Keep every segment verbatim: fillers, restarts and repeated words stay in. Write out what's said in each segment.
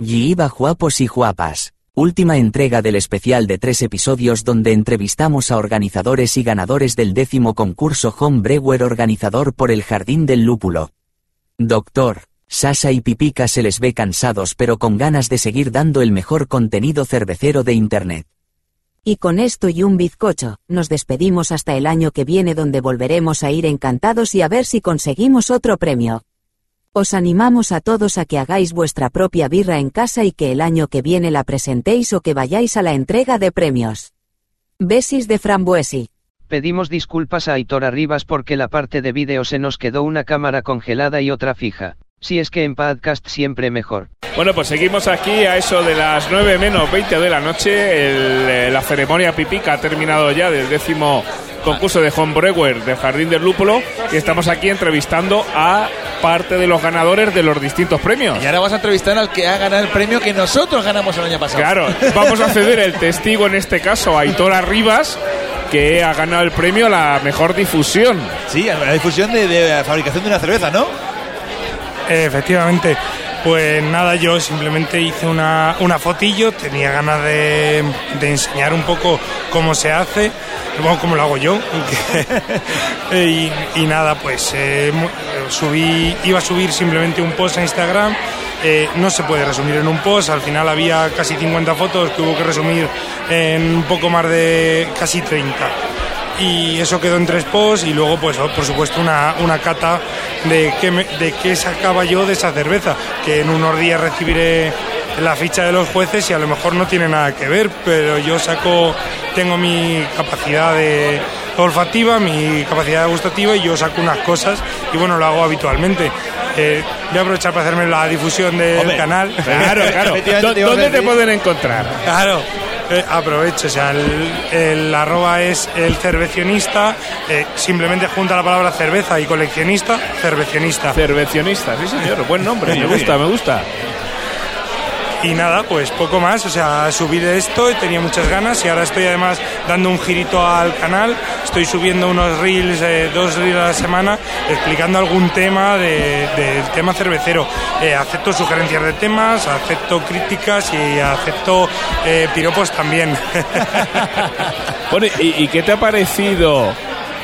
Yiiba guapos y guapas. Última entrega del especial de tres episodios donde entrevistamos a organizadores y ganadores del décimo concurso Homebrewer organizador por el Jardín del Lúpulo. Doctor, Sasa y Pipica se les ve cansados pero con ganas de seguir dando el mejor contenido cervecero de internet. Y con esto y un bizcocho, nos despedimos hasta el año que viene donde volveremos a ir encantados y a ver si conseguimos otro premio. Os animamos a todos a que hagáis vuestra propia birra en casa y que el año que viene la presentéis o que vayáis a la entrega de premios. Besis de Frambuesi. Pedimos disculpas a Aitor Arribas porque la parte de vídeo se nos quedó una cámara congelada y otra fija. Si es que en podcast siempre mejor. Bueno, pues seguimos aquí a eso de las nueve menos veinte de la noche. El, la ceremonia Pipica ha terminado ya del décimo concurso de Homebrewer del Jardín del Lúpulo y estamos aquí entrevistando a parte de los ganadores de los distintos premios. Y ahora vas a entrevistar al que ha ganado el premio que nosotros ganamos el año pasado. Claro, vamos a ceder el testigo en este caso a Aitor Arribas, que ha ganado el premio a la mejor difusión. Sí, a la difusión de, de fabricación de una cerveza, ¿no? Efectivamente. Pues nada, yo simplemente hice una, una fotillo, tenía ganas de, de enseñar un poco cómo se hace, bueno, cómo lo hago yo. y, y nada, pues eh, subí, iba a subir simplemente un post a Instagram. Eh, no se puede resumir en un post, al final había casi cincuenta fotos que hubo que resumir en un poco más de casi treinta. Y eso quedó en tres posts y luego pues por supuesto una, una cata de qué, me, de qué sacaba yo de esa cerveza, que en unos días recibiré la ficha de los jueces y a lo mejor no tiene nada que ver, pero yo saco, tengo mi capacidad de olfativa, mi capacidad gustativa y yo saco unas cosas y bueno, lo hago habitualmente. Eh, voy a aprovechar para hacerme la difusión del Hombre, canal. Claro, claro. ¿Dónde te pueden encontrar? Claro. Eh, aprovecho, o sea, el, el arroba es el cervecionista, eh, simplemente junta la palabra cerveza y coleccionista, cervecionista. Cervecionista, sí señor, buen nombre, me gusta, me gusta. Y nada, pues poco más, o sea, subí de esto y tenía muchas ganas y ahora estoy además dando un girito al canal, estoy subiendo unos reels, eh, dos reels a la semana, explicando algún tema de, del tema cervecero. Eh, acepto sugerencias de temas, acepto críticas y acepto eh, piropos también. Bueno, ¿y, y qué te ha parecido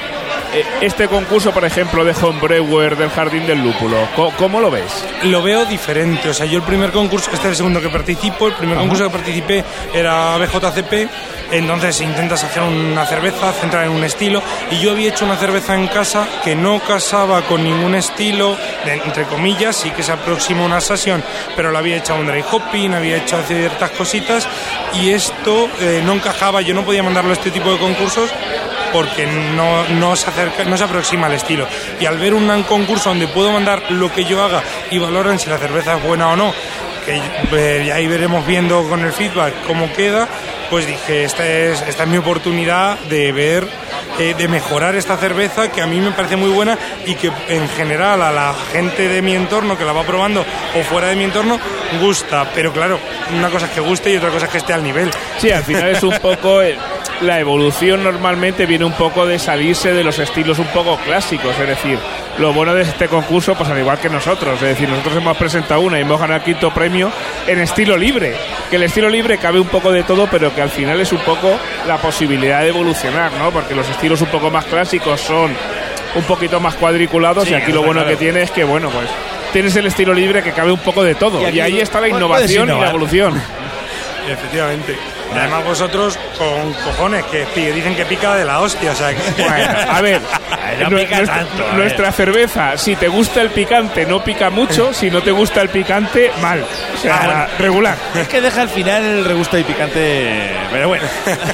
este concurso, por ejemplo, de Homebrewer del Jardín del Lúpulo? ¿Cómo, cómo lo ves? Lo veo diferente, o sea, yo el primer concurso, este es el segundo que participo, el primer Ajá. concurso que participé era B J C P, entonces intentas hacer una cerveza, centrar en un estilo, y yo había hecho una cerveza en casa que no casaba con ningún estilo, de, entre comillas, sí que se aproxima a una session, pero lo había hecho a un dry hopping, había hecho ciertas cositas, y esto eh, no encajaba, yo no podía mandarlo a este tipo de concursos, porque no, no, se acerca, no se aproxima al estilo. Y al ver un concurso donde puedo mandar lo que yo haga y valoran si la cerveza es buena o no, que eh, ahí veremos viendo con el feedback cómo queda, pues dije, esta es, esta es mi oportunidad de ver, eh, de mejorar esta cerveza que a mí me parece muy buena y que en general a la gente de mi entorno que la va probando o fuera de mi entorno gusta, pero claro, una cosa es que guste y otra cosa es que esté al nivel. Sí, al final es un poco... Eh... La evolución normalmente viene un poco de salirse de los estilos un poco clásicos, es decir, lo bueno de este concurso, pues al igual que nosotros, es decir, nosotros hemos presentado una y hemos ganado el quinto premio en estilo libre, que el estilo libre cabe un poco de todo, pero que al final es un poco la posibilidad de evolucionar, ¿no? Porque los estilos un poco más clásicos son un poquito más cuadriculados sí, y aquí lo bueno claro. que tiene es que, bueno, pues tienes el estilo libre que cabe un poco de todo, y, aquí, y ahí está la innovación y la evolución. Efectivamente. Y además vosotros con cojones que dicen que pica de la hostia, o sea que... Bueno, a ver, no nuestra, tanto, a nuestra ver. cerveza, si te gusta el picante no pica mucho, si no te gusta el picante, mal, o sea, ah, bueno. regular. Es que deja al final el regusto y picante, pero bueno.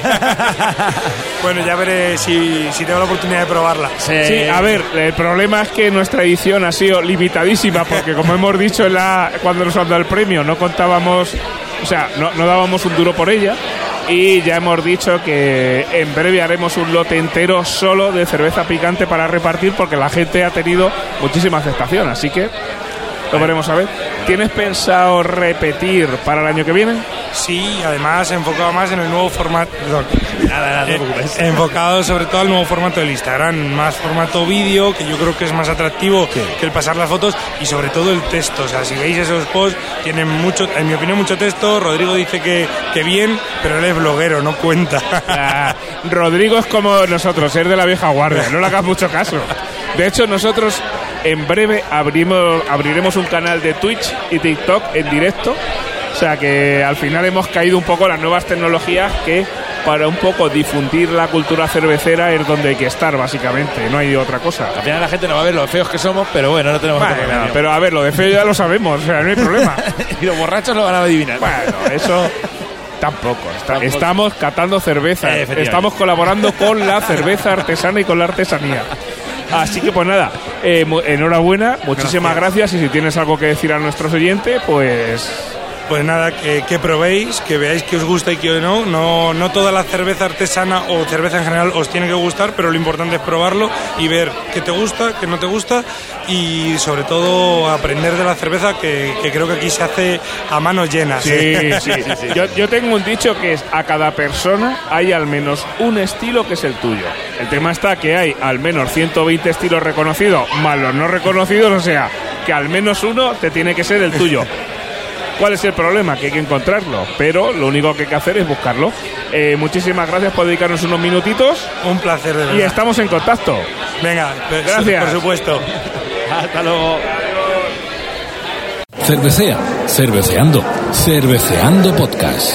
Bueno, ya veré si, si tengo la oportunidad de probarla. Sí. sí, a ver, el problema es que nuestra edición ha sido limitadísima, porque como hemos dicho en la, cuando nos han dado el premio, no contábamos... O sea, no, no dábamos un duro por ella y ya hemos dicho que en breve haremos un lote entero solo de cerveza picante para repartir porque la gente ha tenido muchísima aceptación, así que lo veremos a ver. ¿Tienes pensado repetir para el año que viene? Sí, además enfocado más en el nuevo formato. Perdón. Nada, nada, no te preocupes. Eh, enfocado sobre todo al nuevo formato del Instagram, más formato vídeo, que yo creo que es más atractivo sí. que el pasar las fotos, y sobre todo el texto. O sea, si veis esos posts, tienen mucho, en mi opinión, mucho texto. Rodrigo dice que, que bien, pero él es bloguero, no cuenta. Ah, Rodrigo es como nosotros, es de la vieja guardia, no le hagas mucho caso. De hecho, nosotros en breve abrimos, abriremos un canal de Twitch y TikTok en directo. O sea que al final hemos caído un poco en las nuevas tecnologías, que para un poco difundir la cultura cervecera es donde hay que estar, básicamente, no hay otra cosa. Al final la gente no va a ver lo feos que somos, pero bueno, no tenemos bueno, nada. Pero a ver, lo de feo ya lo sabemos, o sea, no hay problema. Y los borrachos lo van a adivinar. Bueno, eso tampoco. Está, tampoco. Estamos catando cerveza, eh, estamos colaborando con la cerveza artesana y con la artesanía. Así que pues nada, eh, enhorabuena, muchísimas gracias. gracias y si tienes algo que decir a nuestros oyentes, pues... Pues nada, que, que probéis, que veáis que os gusta y que no. no. No toda la cerveza artesana o cerveza en general os tiene que gustar, pero lo importante es probarlo y ver qué te gusta, qué no te gusta, y sobre todo aprender de la cerveza, que, que creo que aquí se hace a manos llenas. Sí, ¿eh? sí, sí, sí. Yo, yo tengo un dicho que es: a cada persona hay al menos un estilo que es el tuyo. El tema está que hay al menos ciento veinte estilos reconocidos, más los no reconocidos, o sea, que al menos uno te tiene que ser el tuyo. ¿Cuál es el problema? Que hay que encontrarlo, pero lo único que hay que hacer es buscarlo. Eh, muchísimas gracias por dedicarnos unos minutitos. Un placer, de verdad. Y estamos en contacto. Venga, gracias. Por supuesto. Hasta luego. Cervecea, cerveceando, cerveceando podcast.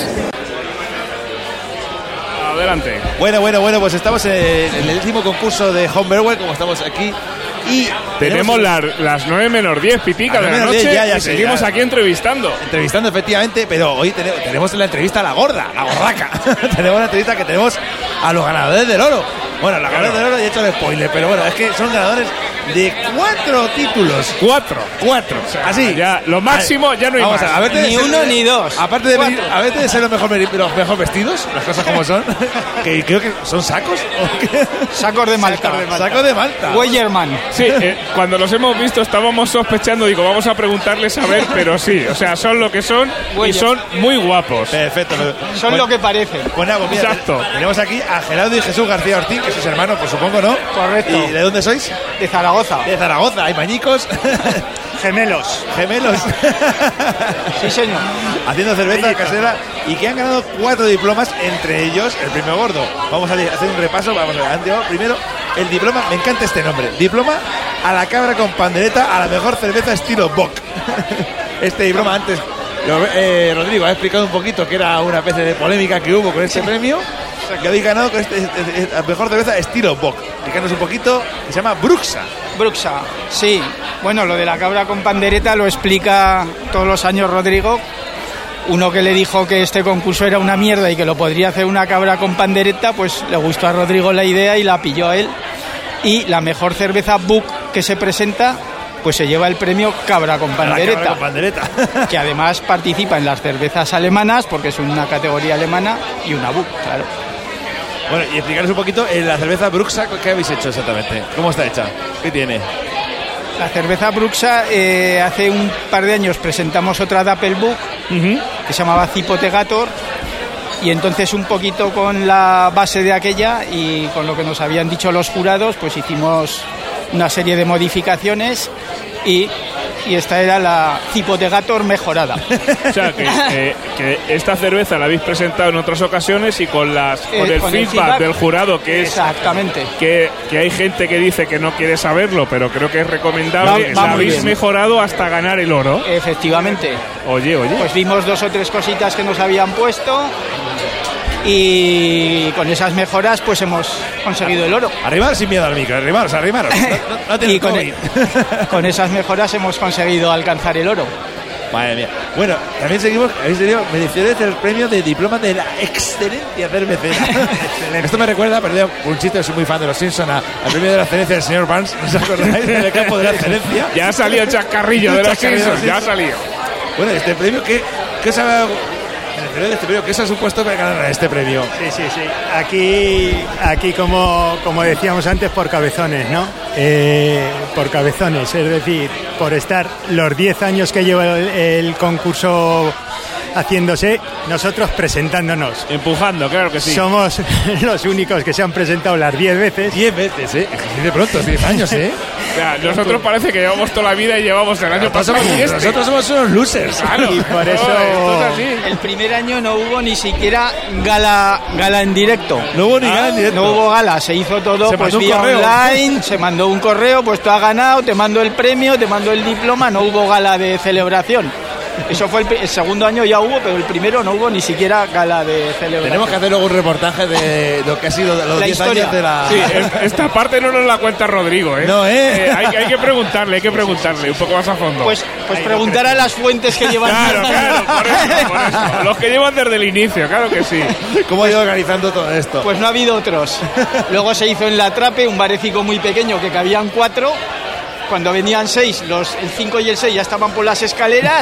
Adelante. Bueno, bueno, bueno, pues estamos en el último concurso de Homebrewers, como estamos aquí. Y tenemos, tenemos la, las nueve menos diez, pipica de la noche, diez, ya, ya y sé, seguimos ya. aquí entrevistando. Entrevistando, efectivamente, pero hoy tenemos, tenemos la entrevista a la gorda, la gorraca. Tenemos la entrevista que tenemos a los ganadores del oro. Bueno, los ganadores del oro, he hecho el spoiler, pero bueno, es que son ganadores de cuatro títulos. Cuatro. Cuatro. O sea, así. Ya, lo máximo ya no hay Vamos más. A, a ni ser, uno ni dos. Aparte de, venir, a veces de ser los mejor, los mejor vestidos, las cosas como son, que creo que son sacos. Sacos de Malta. Sacos de Malta. Sacos de Malta. Weyermann. Sí, eh, cuando los hemos visto estábamos sospechando, digo, vamos a preguntarles a ver, pero sí, o sea, son lo que son Weyer. Y son muy guapos. Perfecto. Son bueno, lo que parecen. Bueno, pues mira, exacto. Tenemos aquí a Gerardo y Jesús García Ortiz, que sois hermanos, por supongo, ¿no? Correcto. ¿Y de dónde sois? De Zaragoza. De Zaragoza, hay mañicos. Gemelos. Gemelos. Sí, señor. Haciendo cerveza Bellita. casera y que han ganado cuatro diplomas, entre ellos el premio gordo. Vamos a hacer un repaso. Vamos a ver. Primero, el diploma, me encanta este nombre. Diploma a la cabra con pandereta a la mejor cerveza estilo Bock. Este diploma antes, lo, eh, Rodrigo ha explicado un poquito que era una especie de polémica que hubo con este premio. Que habéis ganado con este, este, este, la mejor cerveza estilo Bock. Explícanos un poquito, que se llama Bruxa. Bruxa, sí. Bueno, lo de la cabra con pandereta lo explica todos los años Rodrigo. Uno que le dijo que este concurso era una mierda y que lo podría hacer una cabra con pandereta, pues le gustó a Rodrigo la idea y la pilló a él. Y la mejor cerveza Bock que se presenta, pues se lleva el premio cabra con pandereta. Cabra con pandereta. Que además participa en las cervezas alemanas, porque es una categoría alemana, y una Bock, claro. Bueno, y explicaros un poquito, en la cerveza Bruxa, ¿qué habéis hecho exactamente? ¿Cómo está hecha? ¿Qué tiene? La cerveza Bruxa, eh, hace un par de años presentamos otra Doppelbock, uh-huh. que se llamaba Cipotegator, y entonces un poquito con la base de aquella y con lo que nos habían dicho los jurados, pues hicimos una serie de modificaciones y... y esta era la Cipotegator mejorada. O sea, que, eh, que esta cerveza la habéis presentado en otras ocasiones y con las con eh, el, con feedback, el feedback del jurado, que es exactamente que, que hay gente que dice que no quiere saberlo, pero creo que es recomendable. Va, va la habéis bien. mejorado hasta ganar el oro. Efectivamente. Oye, oye. Pues vimos dos o tres cositas que nos habían puesto y con esas mejoras pues hemos conseguido el oro. Arribar sin miedo al micro, arribaros, arribaros. No, no, no y con, el, con esas mejoras hemos conseguido alcanzar el oro. Madre mía. Bueno, también seguimos, habéis tenido merecedores del premio de diploma de la excelencia cervecera. Esto me recuerda, perdón, un chiste, soy muy fan de los Simpsons, al premio de la excelencia del señor Barnes. ¿No os acordáis del campo de la excelencia? Ya ha salido el chascarrillo de los Simpsons, ya ha salido. Bueno, este premio, ¿qué, qué os ha en el celebrado de este premio. ¿Qué se ha supuesto para ganar este premio? Sí, sí, sí. Aquí, aquí como, como decíamos antes, por cabezones, ¿no? Eh, por cabezones, es decir, por estar los diez años que lleva el, el concurso haciéndose, nosotros presentándonos. Empujando, claro que sí. Somos los únicos que se han presentado las diez veces. diez veces, ¿eh? De pronto, diez años, ¿eh? O sea, nosotros parece que llevamos toda la vida y llevamos el año pasado. Nosotros, este. nosotros somos unos losers. Claro. Y por eso... No, esto es así. El primer año no hubo ni siquiera gala gala en directo. No hubo ni ah, gala en directo. No hubo gala, se hizo todo se pues vía online, se mandó un correo, pues tú has ganado, te mando el premio, te mando el diploma, no hubo gala de celebración. Eso fue el, el segundo año, ya hubo, pero el primero no hubo ni siquiera gala de celebración. Tenemos que hacer luego un reportaje de lo que ha sido los diez años de la... Sí, esta parte no nos la cuenta Rodrigo, ¿eh? No, ¿eh? eh hay, hay que preguntarle, hay que preguntarle un poco más a fondo. Pues, pues preguntar a las fuentes que llevan... Claro, claro, por eso, por eso. Los que llevan desde el inicio, claro que sí. ¿Cómo ha ido organizando todo esto? Pues no ha habido otros. Luego se hizo en La Trape, un barecico muy pequeño que cabían cuatro. Cuando venían seis, los, el cinco y el seis ya estaban por las escaleras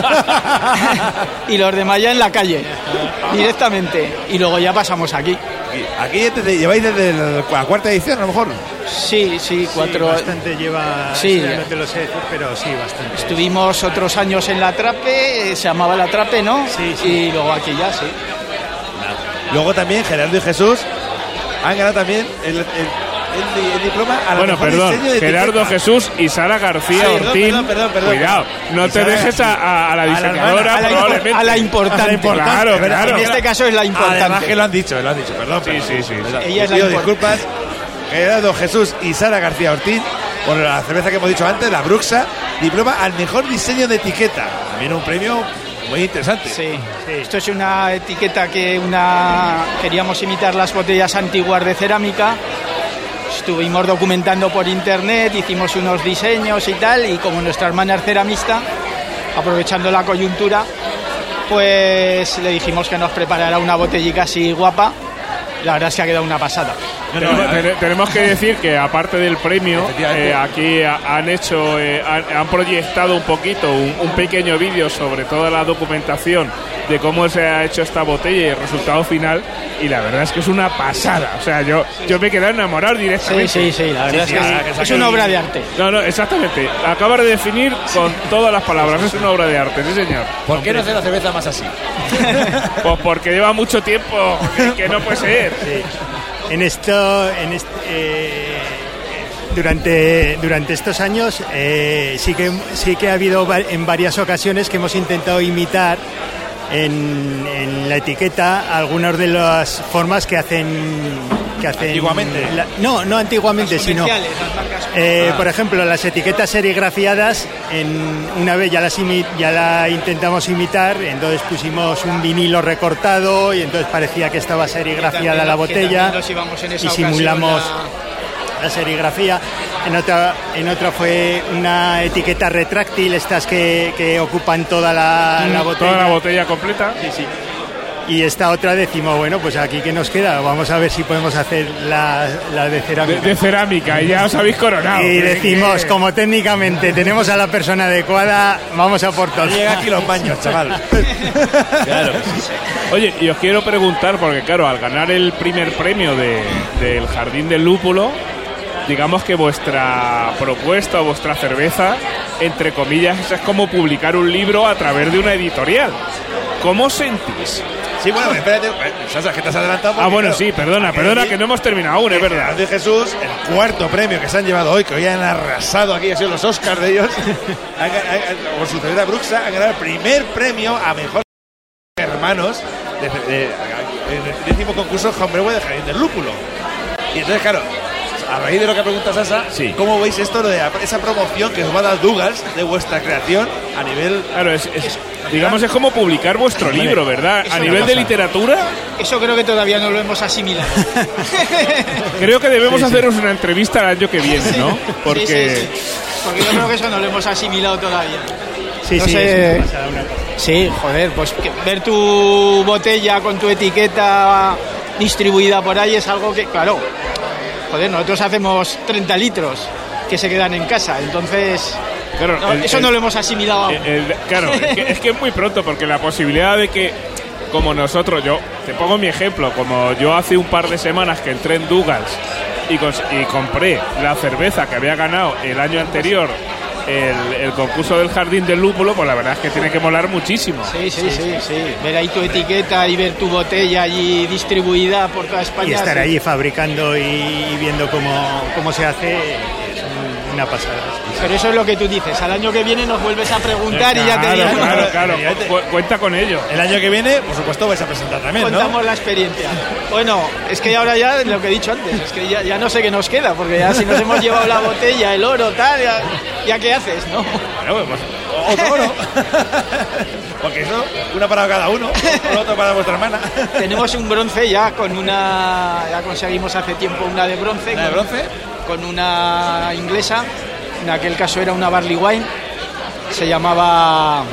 y los demás ya en la calle, directamente. Y luego ya pasamos aquí. ¿Aquí te lleváis desde la cuarta edición, a lo mejor? Sí, sí, cuatro... Sí, bastante lleva... Sí. No te lo sé, pero sí, bastante. Estuvimos otros años en La Trape, se llamaba La Trape, ¿no? Sí, sí. Y luego aquí ya, sí. Luego también Gerardo y Jesús han ganado también el... el El, el diploma a la bueno, mejor perdón, diseño de Gerardo etiqueta. Jesús y Sara García Ay, Ortín. Perdón, perdón, perdón, Cuidado, no y te Sara dejes a, a, a la diseñadora, a la, probablemente. a la importante. A la importante, claro, ¿verdad? claro. En este caso es la importante. Además que lo han dicho, lo han dicho, perdón. Sí, perdón. sí, sí. Perdón. Ella es la Pido import- disculpas, Gerardo Jesús y Sara García Ortín, por la cerveza que hemos dicho antes, la Bruxa, diploma al mejor diseño de etiqueta. También un premio muy interesante. Sí, sí. Esto es una etiqueta que una queríamos imitar las botellas antiguas de cerámica. Estuvimos documentando por internet, hicimos unos diseños y tal, y como nuestra hermana es ceramista, aprovechando la coyuntura, pues le dijimos que nos preparara una botellica así guapa. La verdad es que ha quedado una pasada. No, no, no, ten- tenemos que decir que aparte del premio, eh, aquí ha- han hecho, eh, han, han proyectado un poquito, un, un pequeño vídeo sobre toda la documentación de cómo se ha hecho esta botella y el resultado final, y la verdad es que es una pasada. O sea, yo, yo me he quedado enamorado directamente. Sí, sí, sí, la verdad Sí, es que sí, sí. que Es saque- una obra de arte. No, no, exactamente. Acaba de definir con todas las palabras. Es una obra de arte, sí, señor. ¿Por qué no hacer la cerveza más así? Pues porque lleva mucho tiempo, que, que no puede ser. Sí. En esto, en est- eh, durante durante estos años eh, sí que sí que ha habido va- en varias ocasiones que hemos intentado imitar en, en la etiqueta algunas de las formas que hacen que hacen Antiguamente. la- no no antiguamente Las sino comerciales, las marcas. eh, Ah. por ejemplo, las etiquetas serigrafiadas, en una vez ya las imi- ya la intentamos imitar, entonces pusimos un vinilo recortado y entonces parecía que estaba serigrafiada la botella y simulamos la serigrafía. En otra, en otra fue una etiqueta retráctil, estas que, que ocupan toda la, la botella. Toda la botella completa. Sí, sí. Y esta otra decimos, bueno, pues aquí que nos queda, vamos a ver si podemos hacer la, la de De, cerámica. de cerámica, y ya os habéis coronado. Y Que- decimos, que- como técnicamente tenemos a la persona adecuada, vamos a por todo. Llega aquí los baños, chaval. Claro. Oye, y os quiero preguntar, porque claro, al ganar el primer premio de, del Jardín del Lúpulo, digamos que vuestra propuesta o vuestra cerveza, entre comillas, es como publicar un libro a través de una editorial. ¿Cómo os sentís? Sí, bueno, espérate, Sasa, que te has adelantado. porque, Ah, bueno, claro, sí, perdona, aquí- perdona, que no hemos terminado aún, es verdad. Gerardo y Jesús, el cuarto premio que se han llevado hoy, que hoy han arrasado aquí, han sido los Oscars de ellos, han, han- han- por su cerveza Bruxa, han ganado el primer premio a mejor hermanos de, de- en el décimo concurso Homebrew de Jardín del Lúpulo. Y entonces, claro, a raíz de lo que pregunta Sasa, Sí. ¿cómo veis esto de esa promoción que os va a dar Douglas de vuestra creación a nivel... Claro, es, es- digamos, es como publicar vuestro libro, ¿verdad? Eso A no nivel de pasa. literatura, Eso creo que todavía no lo hemos asimilado. creo que debemos haceros una entrevista el año que viene, ¿no? Porque... Sí, sí, sí. Porque yo creo que eso no lo hemos asimilado todavía. Sí, No sí, sé. es una pasada, una pasada. Sí, joder, pues que ver tu botella con tu etiqueta distribuida por ahí es algo que, claro, joder, nosotros hacemos treinta litros que se quedan en casa, entonces Claro, no, el- eso el- no lo hemos asimilado aún. El- el- claro, es que, es que es muy pronto, porque la posibilidad de que como nosotros, yo te pongo mi ejemplo, como yo hace un par de semanas que entré en Douglas y, cons- y compré la cerveza que había ganado el año anterior el, el concurso del Jardín del Lúpulo, pues la verdad es que tiene que molar muchísimo. Sí, sí, sí, sí. Ver ahí tu etiqueta y ver tu botella allí distribuida por toda España. Y estar sí. allí fabricando y viendo cómo, cómo se hace es un- una pasada. Pero eso es lo que tú dices, al año que viene nos vuelves a preguntar y ya te Claro, diremos. claro, claro, cu- cuenta con ello. El año que viene, por supuesto, vais a presentar también, ¿no? Contamos la experiencia. Bueno, es que ahora ya, lo que he dicho antes, es que ya, ya no sé qué nos queda, porque ya si nos hemos llevado la botella, el oro, tal, ya, ya qué haces, ¿no? Bueno, pues otro oro. Porque eso, una para cada uno, otro para vuestra hermana. Tenemos un bronce ya con una, ya conseguimos hace tiempo una de bronce. ¿Una de con- bronce? Con una inglesa, en aquel caso era una barley wine, se llamaba...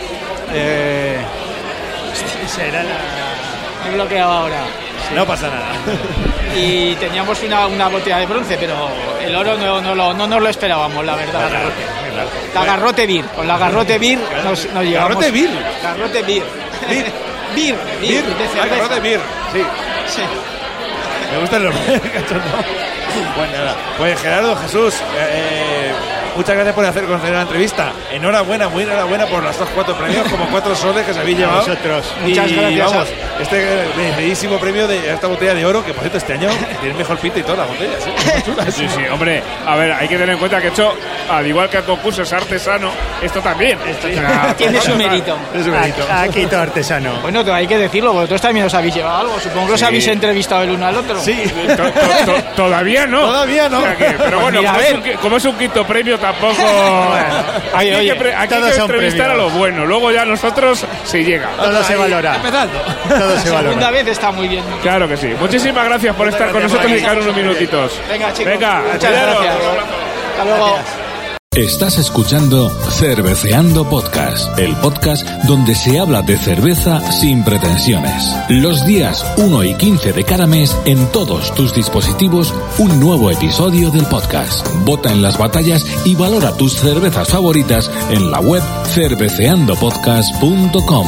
Eh, Esa era la... me he bloqueado ahora. No pasa nada. Y teníamos una, una botella de bronce, pero el oro no, no, lo, no nos lo esperábamos, la verdad. La Garrote Beer, con la Garrote Beer nos, nos llevamos... ¿Garrote Beer? Garrote Beer. Beer. Beer, beer, de Ah, cerveza. Garrote Beer, sí. Sí. Me gusta el nombre, cachondo. Bueno, nada. Pues Gerardo, Jesús, eh, muchas gracias por hacer conceder la entrevista. Enhorabuena, muy enhorabuena por los dos cuatro premios, como cuatro soles que se habéis llevado. Vosotros. Y, Muchas gracias. Vamos, este bellísimo premio de esta botella de oro, que por cierto este año tiene mejor pinta y todas las botellas. ¿eh? Sí, sí, hombre, a ver, hay que tener en cuenta que hecho, al igual que el concurso es artesano, esto también. Esto Tiene su mérito. Es un mérito. Aquí todo artesano. Bueno, hay que decirlo, vosotros también os habéis llevado algo. Supongo que os Sí. habéis entrevistado el uno al otro. Sí. To- to- to- Todavía no. Todavía no. O sea que- pero bueno, mira, como, a es ver. un, qui- como es un quinto premio, tampoco. aquí Oye, hay que, oye, pre- aquí hay todos que son entrevistar premios. a lo bueno. Luego ya nosotros, si llega. Todo se Ahí, valora. Empezando. Todo se Segunda valora. vez está muy bien. Claro que sí. Muchísimas gracias por estar con gracias nosotros por y dedicar unos minutitos. Venga, chicos. Venga, muchas cuidaros. gracias. Hasta luego. Estás escuchando Cerveceando Podcast, el podcast donde se habla de cerveza sin pretensiones. Los días uno y quince de cada mes, en todos tus dispositivos, un nuevo episodio del podcast. Vota en las batallas y valora tus cervezas favoritas en la web cerveceando podcast punto com.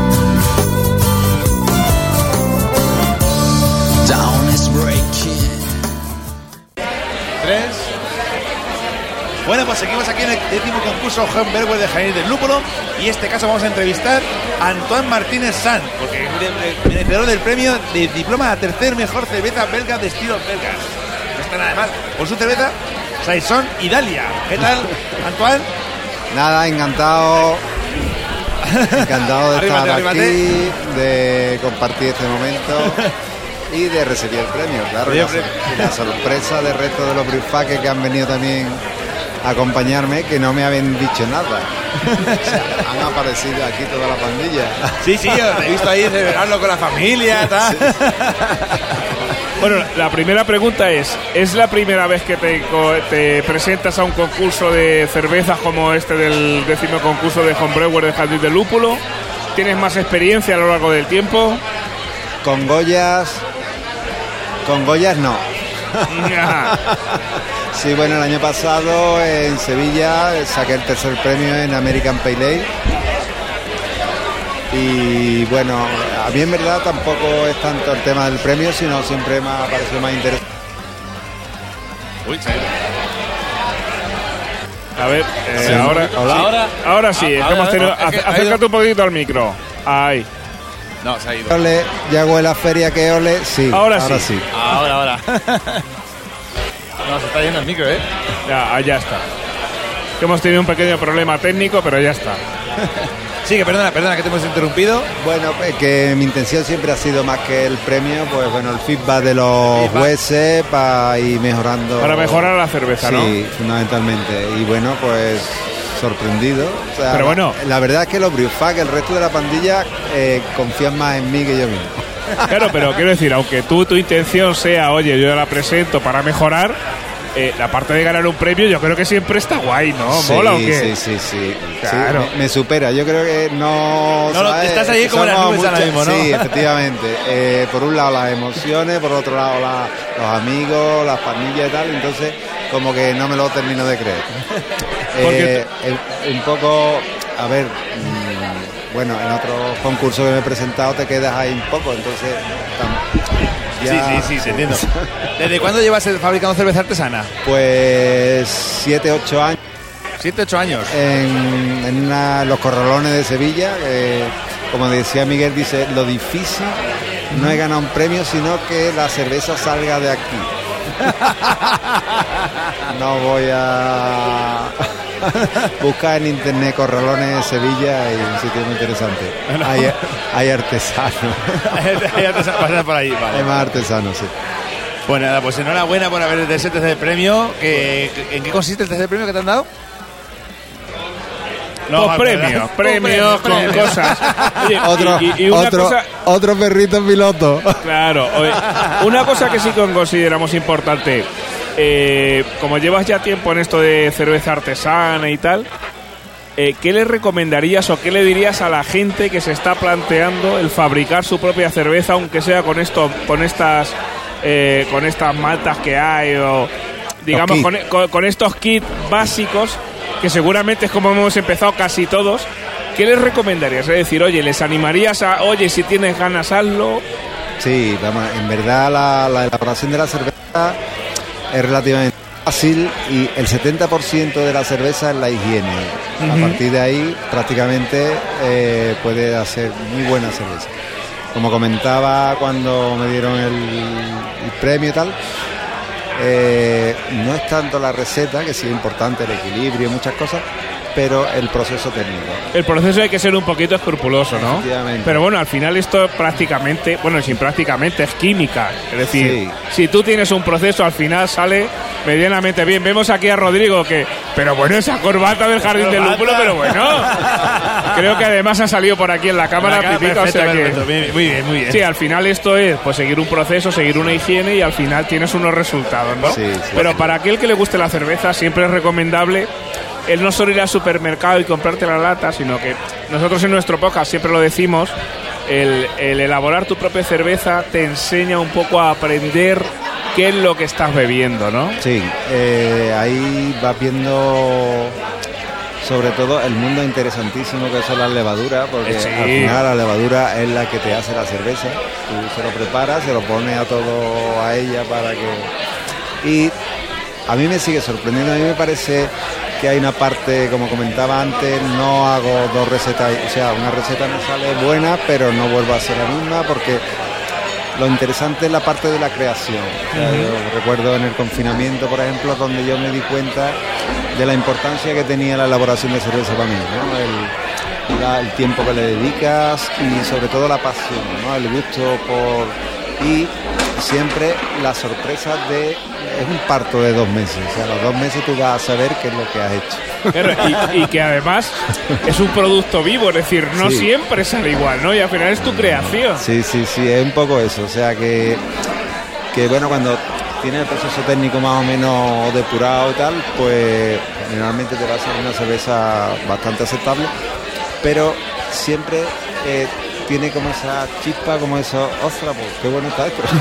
Tres. Bueno, pues seguimos aquí en el décimo concurso Homebrewer de Jardín del Lúpulo. Y en este caso vamos a entrevistar a Antoine Martínez Sanz, porque es merecedor del premio de diploma a tercer mejor cerveza belga de estilos belgas. No está nada más por su cerveza Saison Idalia. ¿Qué tal, Antoine? Nada, encantado. Encantado de Arrímate, estar arrímate. aquí, de compartir este momento y de recibir el premio, claro. Y la, y la sorpresa del resto de los brewfaques que han venido también a acompañarme, que no me habían dicho nada. O sea, han aparecido aquí toda la pandilla. Sí, sí, os he visto ahí celebrarlo con la familia, tal. Bueno, la primera pregunta es, ¿es la primera vez que te, co- te presentas a un concurso de cervezas como este del décimo concurso de Homebrewer de Jardín del Lúpulo? ¿Tienes más experiencia a lo largo del tiempo? Con Goyas, con Goyas no. Sí, bueno, el año pasado en Sevilla saqué el tercer premio en American Pale Ale. Y bueno, a mí en verdad tampoco es tanto el tema del premio, sino siempre me ha parecido más interesante. Uy, se ha ido. A ver, eh, Sí. ahora, Hola. sí, Ahora. ahora sí, es que Ah, hemos tenido- es que ace- ha acércate ido. un poquito al micro. Ahí. No, se ha ido. Ole, ya hago la feria que ole, sí. Ahora sí. sí. Ahora, ahora. No, se está yendo el micro, ¿eh? Ya, ah, ya está. Que hemos tenido un pequeño problema técnico, pero ya está. Sí, que perdona, perdona, que te hemos interrumpido. Bueno, pues que mi intención siempre ha sido más que el premio, pues bueno, el feedback de los Feedback. jueces para ir mejorando. Para mejorar la cerveza, ¿no? Sí, fundamentalmente. Y bueno, pues sorprendido. O sea, Pero bueno. La, la verdad es que los brewfac, el resto de la pandilla, eh, confían más en mí que yo mismo. Claro, pero quiero decir, aunque tú tu intención sea, oye, yo la presento para mejorar, eh, la parte de ganar un premio yo creo que siempre está guay, ¿no? Sí, ¿Mola o qué? sí, sí, sí. Claro. Sí, me, me supera. Yo creo que no... No, no, ¿sabes? estás ahí como en las Somos nubes ahora mismo, ¿no? Sí, efectivamente. Eh, por un lado las emociones, por otro lado la- los amigos, las familias y tal. Entonces, como que no me lo termino de creer. Porque Eh, eh, un poco... A ver... mm, bueno, en otros concursos que me he presentado te quedas ahí un poco, entonces tam, ya, sí, sí, sí, te entiendo. ¿Desde cuándo llevas fabricando cerveza artesana? Pues siete, ocho años. Siete, ocho años. En, en una, los corralones de Sevilla, eh, como decía Miguel, dice, lo difícil no es ganar un premio, sino que la cerveza salga de aquí. No voy a buscar en internet corralones de Sevilla y un sitio muy interesante. No. Hay, hay artesanos. Hay artesanos, pasar por ahí, vale. Hay más artesanos, sí. Pues nada, pues enhorabuena por haber ese tercer premio. ¿Qué, ¿En qué consiste el tercer premio que te han dado? No, pues premios, premios con premios. Cosas. Oye, otro, y, y una otro, cosa, otro perrito piloto. Claro, oye, una cosa que sí que consideramos importante, eh, como llevas ya tiempo en esto de cerveza artesana y tal, eh, ¿qué le recomendarías o qué le dirías a la gente que se está planteando el fabricar su propia cerveza, aunque sea con esto, con estas, eh, con estas maltas que hay o digamos con, con, con estos kits básicos? Que seguramente es como hemos empezado casi todos. ¿Qué les recomendarías? Es decir, oye, ¿les animarías a, oye, si tienes ganas, hazlo? Sí, vamos, en verdad la, la elaboración de la cerveza es relativamente fácil y el setenta por ciento de la cerveza es la higiene. Uh-huh. A partir de ahí, prácticamente eh, puede hacer muy buena cerveza. Como comentaba cuando me dieron el, el premio y tal, Eh, no es tanto la receta, que sí es importante, el equilibrio y muchas cosas, pero el proceso técnico. El proceso hay que ser un poquito escrupuloso, ¿no? Pero bueno, al final esto prácticamente, bueno, sin prácticamente es química. Es decir, sí. Si tú tienes un proceso, al final sale medianamente bien. Vemos aquí a Rodrigo que, pero bueno, esa corbata del Jardín del Lúpulo, pero bueno. Creo que además ha salido por aquí en la cámara. La Pipita, perfecto, o sea que, perfecto. Muy bien, muy bien. Sí, al final esto es pues seguir un proceso, seguir una higiene y al final tienes unos resultados, ¿no? Sí, sí, pero sí. Para aquel que le guste la cerveza siempre es recomendable el no solo ir al supermercado y comprarte la lata, sino que nosotros en nuestro podcast siempre lo decimos, el, el elaborar tu propia cerveza te enseña un poco a aprender qué es lo que estás bebiendo, ¿no? Sí, eh, ahí vas viendo sobre todo el mundo interesantísimo que son las levaduras, porque sí. Al final la levadura es la que te hace la cerveza. Tú se lo preparas, se lo pones a todo a ella para que... Y a mí me sigue sorprendiendo, a mí me parece que hay una parte, como comentaba antes, no hago dos recetas, o sea, una receta me sale buena, pero no vuelvo a hacer la misma, porque lo interesante es la parte de la creación. O sea, uh-huh. Yo recuerdo en el confinamiento, por ejemplo, donde yo me di cuenta de la importancia que tenía la elaboración de cerveza para mí, ¿no? El, la, el tiempo que le dedicas y sobre todo la pasión, ¿no? El gusto por... Y siempre la sorpresa de... Es un parto de dos meses, o sea, a los dos meses tú vas a saber qué es lo que has hecho. Claro, y, y que además es un producto vivo, es decir, no sí. siempre sale igual, ¿no? Y al final es tu creación. Sí, sí, sí, es un poco eso, o sea que, que bueno, cuando tienes el proceso técnico más o menos depurado y tal, pues generalmente te va a salir una cerveza bastante aceptable, pero siempre... Eh, tiene como esa chispa, como eso, ostras, pues qué bueno está esto.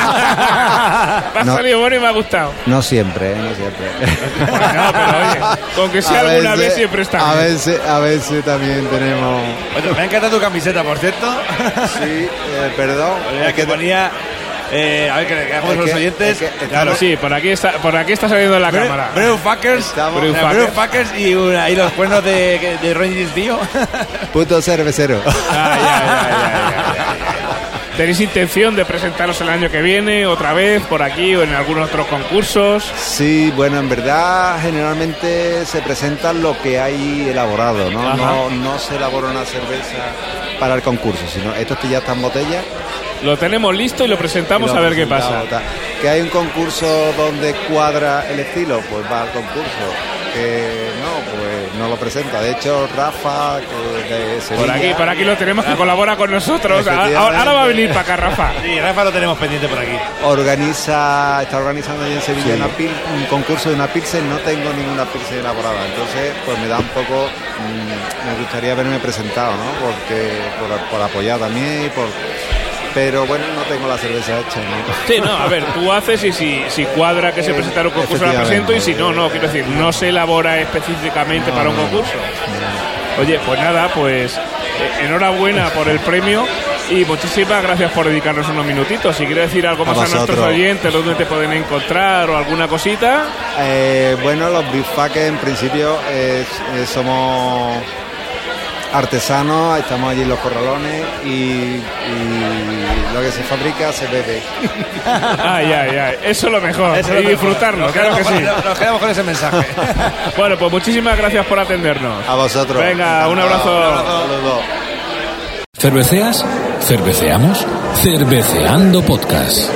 Me ha no, salido bueno y me ha gustado. No siempre, ¿eh? No siempre. Bueno, pero oye, con que sea a alguna veces, vez siempre está a bien. Veces, a veces también tenemos... Bueno, me ha encantado tu camiseta, por cierto. Sí, eh, perdón. Es que ponía... Eh, a ver, que hagamos los oyentes. Es que, claro, sí, por aquí está, por aquí está saliendo en la Bre, cámara. Brewfuckers, Brewfuckers y, una, y los cuernos de, de Rangers, tío. Puto cervecero. Ah, ya, ya, ya, ya, ya. ¿Tenéis intención de presentaros el año que viene otra vez por aquí o en algunos otros concursos? Sí, bueno, en verdad generalmente se presenta lo que hay elaborado, ¿no? No, no se elabora una cerveza para el concurso, sino esto ya está en botella. Lo tenemos listo y lo presentamos y lo a ver qué pasa. Que hay un concurso donde cuadra el estilo, pues va al concurso. Que no, pues no lo presenta. De hecho, Rafa, que de Sevilla... Por aquí, por aquí lo tenemos, que colabora con nosotros. Ahora, ahora va a venir para acá, Rafa. Sí, Rafa lo tenemos pendiente por aquí. Organiza, está organizando ahí en Sevilla sí. una pil, un concurso de una Pilsen. No tengo ninguna Pilsen elaborada. Entonces, pues me da un poco... Mmm, me gustaría haberme presentado, ¿no? Porque por, por apoyar también y por... Pero bueno, no tengo la cerveza hecha, ¿no? Sí, no, a ver, tú haces y si, si cuadra que se presenta un concurso la presento y si no, no, quiero decir, no se elabora específicamente no, para un concurso. No. Oye, pues nada, pues eh, enhorabuena por el premio y muchísimas gracias por dedicarnos unos minutitos. Si quieres decir algo más a, a nuestros oyentes, dónde te pueden encontrar o alguna cosita. Eh, bueno, los Brickfaques en principio eh, eh, somos artesanos, estamos allí en los corralones y, y lo que se fabrica se bebe. Ay, ay, ay, eso es lo mejor. Eso y lo disfrutarlo, mejor. Claro que sí. Con, nos quedamos con ese mensaje. Bueno, pues muchísimas gracias por atendernos. A vosotros. Venga, un abrazo. Un abrazo. Saludos. ¿Cerveceas? ¿Cerveceamos? Cerveceando Podcast.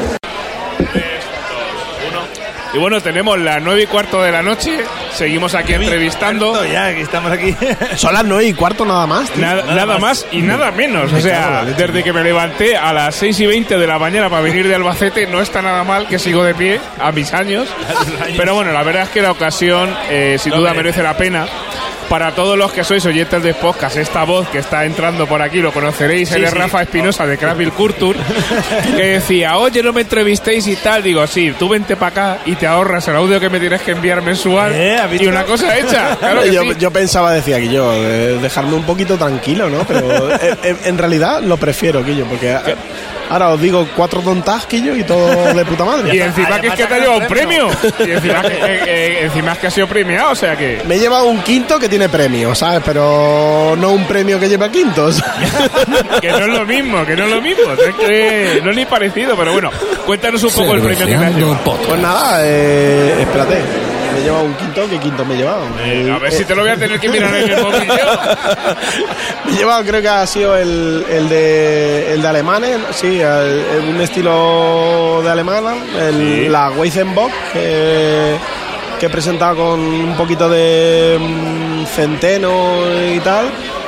Y bueno, tenemos las nueve y cuarto de la noche. Seguimos aquí entrevistando. Ya, que estamos aquí. Son las nueve y cuarto nada más. Tío. Nada, nada, nada más y nada menos. O sea, desde que me levanté a las seis y veinte de la mañana para venir de Albacete, no está nada mal que sigo de pie a mis años. Pero bueno, la verdad es que la ocasión eh, sin duda merece la pena. Para todos los que sois oyentes de podcast, esta voz que está entrando por aquí, lo conoceréis, sí, él es sí. Rafa Espinosa de Craft Beer Culture, que decía, oye, no me entrevistéis y tal. Digo, sí, tú vente para acá y te ahorras el audio que me tienes que enviar mensual eh, y una cosa hecha. Claro que yo, sí. yo pensaba, decía, que yo, eh, dejarme un poquito tranquilo, ¿no? Pero en, en realidad lo prefiero, Quillo, porque... Ahora os digo cuatro tontas, Quillo, y todo de puta madre. Y encima que es que te ha llevado un premio. Y encima que, eh, eh, encima es que ha sido premiado, o sea que... Me he llevado un quinto que tiene premio, ¿sabes? Pero no un premio que lleva quintos. Que no es lo mismo, que no es lo mismo. Es que no es ni parecido, pero bueno, cuéntanos un poco el premio que te has llevado. Pues nada, eh, espérate. Me he llevado un quinto, ¿qué quinto me he llevado? Eh, a ver eh, si te lo voy a tener que mirar en el móvil yo. Me he llevado, creo que ha sido el, el de el de alemanes, sí, el, el, un estilo de alemana, el, sí. La Weizenbock, que, que he presentado con un poquito de um, centeno y tal.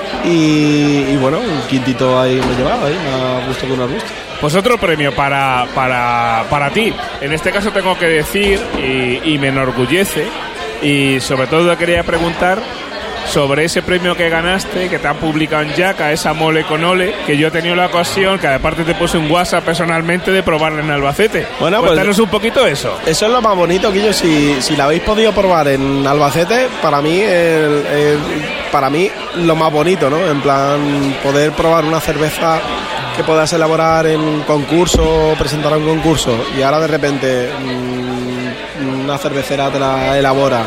Y, y bueno, un quintito ahí me he llevado, ahí, me ha gustado con un arbusto. Pues otro premio para, para, para ti. En este caso tengo que decir, y, y me enorgullece, y sobre todo te quería preguntar sobre ese premio que ganaste, que te han publicado en Yaca, esa mole con ole, que yo he tenido la ocasión, que aparte te puse un WhatsApp personalmente, de probarla en Albacete. Bueno, cuéntanos pues, un poquito eso. Eso es lo más bonito, Quillo. Si, si la habéis podido probar en Albacete, para mí, el, el, para mí lo más bonito, ¿no? En plan, poder probar una cerveza que puedas elaborar en un concurso, presentar a un concurso, y ahora de repente mmm, una cervecera te la elabora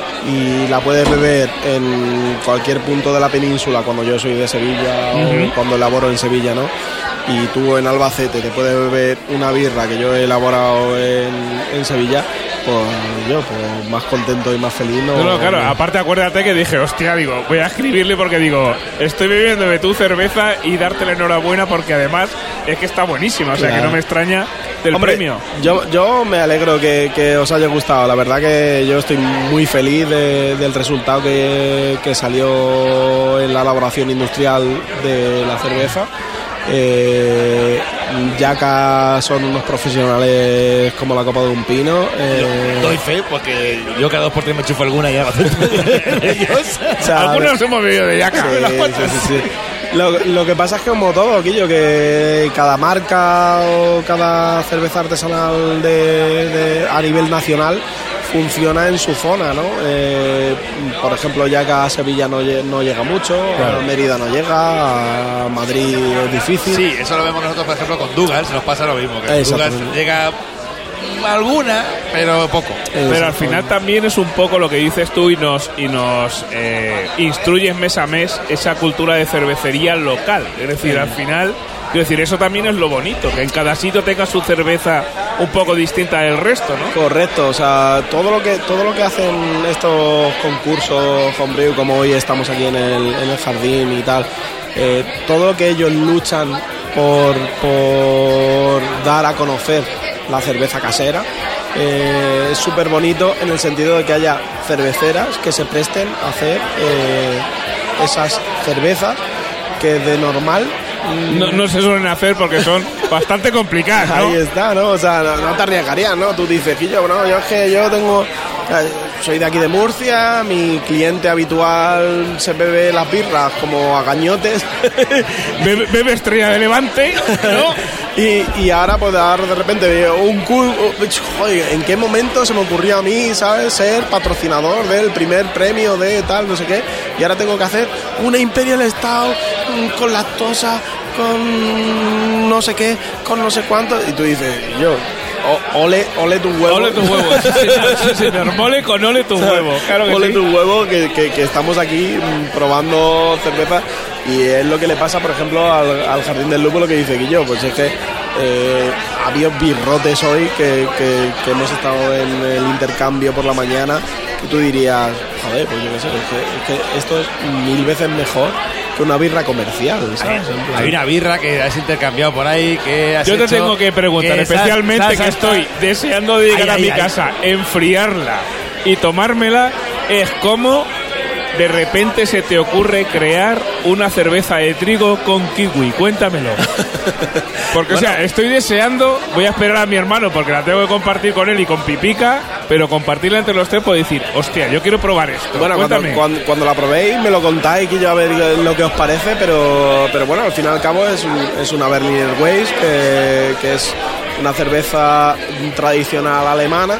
y la puedes beber en cualquier punto de la península, cuando yo soy de Sevilla, uh-huh. o cuando elaboro en Sevilla, ¿no? Y tú en Albacete te puedes beber una birra que yo he elaborado en, en Sevilla, pues yo pues más contento y más feliz. No, no, no claro, no. Aparte acuérdate que dije, hostia, digo, voy a escribirle porque digo, estoy bebiendo de tu cerveza y darte la enhorabuena porque además es que está buenísima, o sea claro. Que no me extraña del Hombre, premio. Yo, yo me alegro que, que os haya gustado, la verdad que yo estoy muy feliz de, del resultado que, que salió en la elaboración industrial de la cerveza. Eh, Yaca son unos profesionales como la copa de un pino. Eh, doy fe porque yo cada dos por tres me chufo alguna y hago. o sea, algunos hemos bebido de Yaca. Sí, sí, sí, sí. Lo, lo que pasa es que como todo, Quillo, que cada marca o cada cerveza artesanal de, de, a nivel nacional funciona en su zona, ¿no? Eh, por ejemplo, Yaca a Sevilla no, no llega mucho, claro. A Mérida no llega, a Madrid es difícil. Sí, eso lo vemos nosotros, por ejemplo, con Dougal, se nos pasa lo mismo, que Dougal llega alguna, pero poco. Pero al final también es un poco lo que dices tú y nos y nos eh, instruyes mes a mes esa cultura de cervecería local. Es decir, sí. Al final, quiero decir, eso también es lo bonito, que en cada sitio tenga su cerveza un poco distinta del resto, ¿no? Correcto, o sea, todo lo que todo lo que hacen estos concursos homebrew, como hoy estamos aquí en el, en el jardín y tal, eh, todo lo que ellos luchan por, por dar a conocer la cerveza casera, eh, es súper bonito en el sentido de que haya cerveceras que se presten a hacer eh, esas cervezas que de normal no, no se suelen hacer porque son bastante complicadas, ¿no? Ahí está, ¿no? O sea, no, no te arriesgarías, ¿no? Tú dices, Quillo, no, yo es que yo tengo... soy de aquí de Murcia, mi cliente habitual se bebe las birras como a gañotes. Bebe, bebe Estrella de Levante, ¿no? y, y ahora pues de repente veo un culo, joder, ¿en qué momento se me ocurrió a mí, ¿sabes? Ser patrocinador del primer premio de tal, no sé qué, y ahora tengo que hacer una Imperial Stout con lactosa, con no sé qué, con no sé cuánto, y tú dices, yo... O, ole, ole tu huevo. Ole tu huevo, sí, señor, sí, señor. Mole con ole tu huevo, claro que ole sí. tu huevo, que, que, que estamos aquí probando cerveza. Y es lo que le pasa, por ejemplo, al, al Jardín del Lúpulo, que dice Guillo, pues es que eh, había birrotes hoy que, que, que hemos estado en el intercambio por la mañana, que tú dirías, joder, pues yo qué sé, es que, es que esto es mil veces mejor que una birra comercial, ¿sabes? Hay una birra que has intercambiado por ahí, que has Yo te hecho, tengo que preguntar, que especialmente sal, sal, que sal, estoy deseando de llegar ay, a mi ay, casa, enfriarla y tomármela, es como de repente se te ocurre crear una cerveza de trigo con kiwi. Cuéntamelo. Porque, bueno, o sea, estoy deseando, voy a esperar a mi hermano porque la tengo que compartir con él y con Pipica, pero compartirla entre los tres puedo decir, hostia, yo quiero probar esto. Bueno, cuando, cuando, cuando la probéis me lo contáis, que yo a ver lo que os parece, pero, pero bueno, al fin y al cabo es, un, es una Berliner Weiss, que, que es una cerveza tradicional alemana.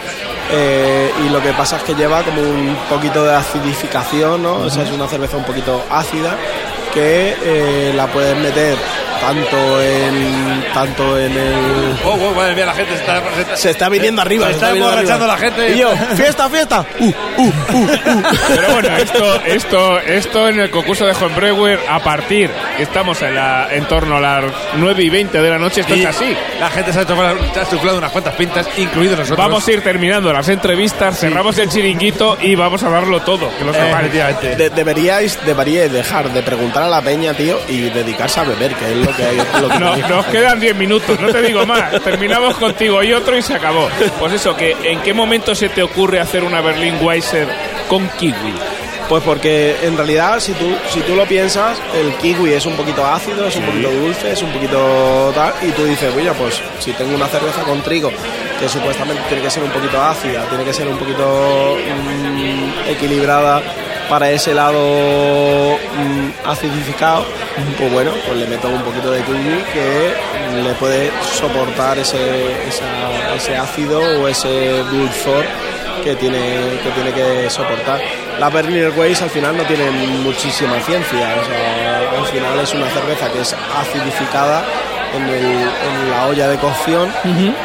Eh, y lo que pasa es que lleva como un poquito de acidificación, ¿no? Uh-huh. O sea, es una cerveza un poquito ácida que eh, la puedes meter tanto en tanto en el... Oh, oh, madre mía, la gente se está... Se está, se está viniendo se arriba. Se está emborrachando la gente. Y yo, fiesta, fiesta. Uh, uh, uh, uh. Pero bueno, esto, esto, esto en el concurso de Homebrewer, a partir, estamos en, la, en torno a las nueve y veinte de la noche, esto y es así. La gente se ha chuflado, se ha chuflado unas cuantas pintas, incluidos nosotros. Vamos a ir terminando las entrevistas, sí. Cerramos el chiringuito y vamos a darlo todo. Que lo eh, de, deberíais, deberíais dejar de preguntar a la peña, tío, y dedicarse a beber, que es lo que hay. Lo que no, nos quedan diez minutos, no te digo más. Terminamos contigo y otro y se acabó. Pues eso, que ¿en qué momento se te ocurre hacer una Berlin Weisser con kiwi? Pues porque en realidad, si tú, si tú lo piensas, el kiwi es un poquito ácido, es un sí. poquito dulce, es un poquito tal, y tú dices, oye, pues si tengo una cerveza con trigo, que supuestamente tiene que ser un poquito ácida, tiene que ser un poquito mmm, equilibrada para ese lado mmm, acidificado, pues bueno, pues le meto un poquito de kiwi que le puede soportar ese, esa, ese ácido o ese dulzor que tiene que tiene que soportar. La Berliner Weiss al final no tiene muchísima ciencia, o sea, al final es una cerveza que es acidificada en, el, en la olla de cocción. Uh-huh.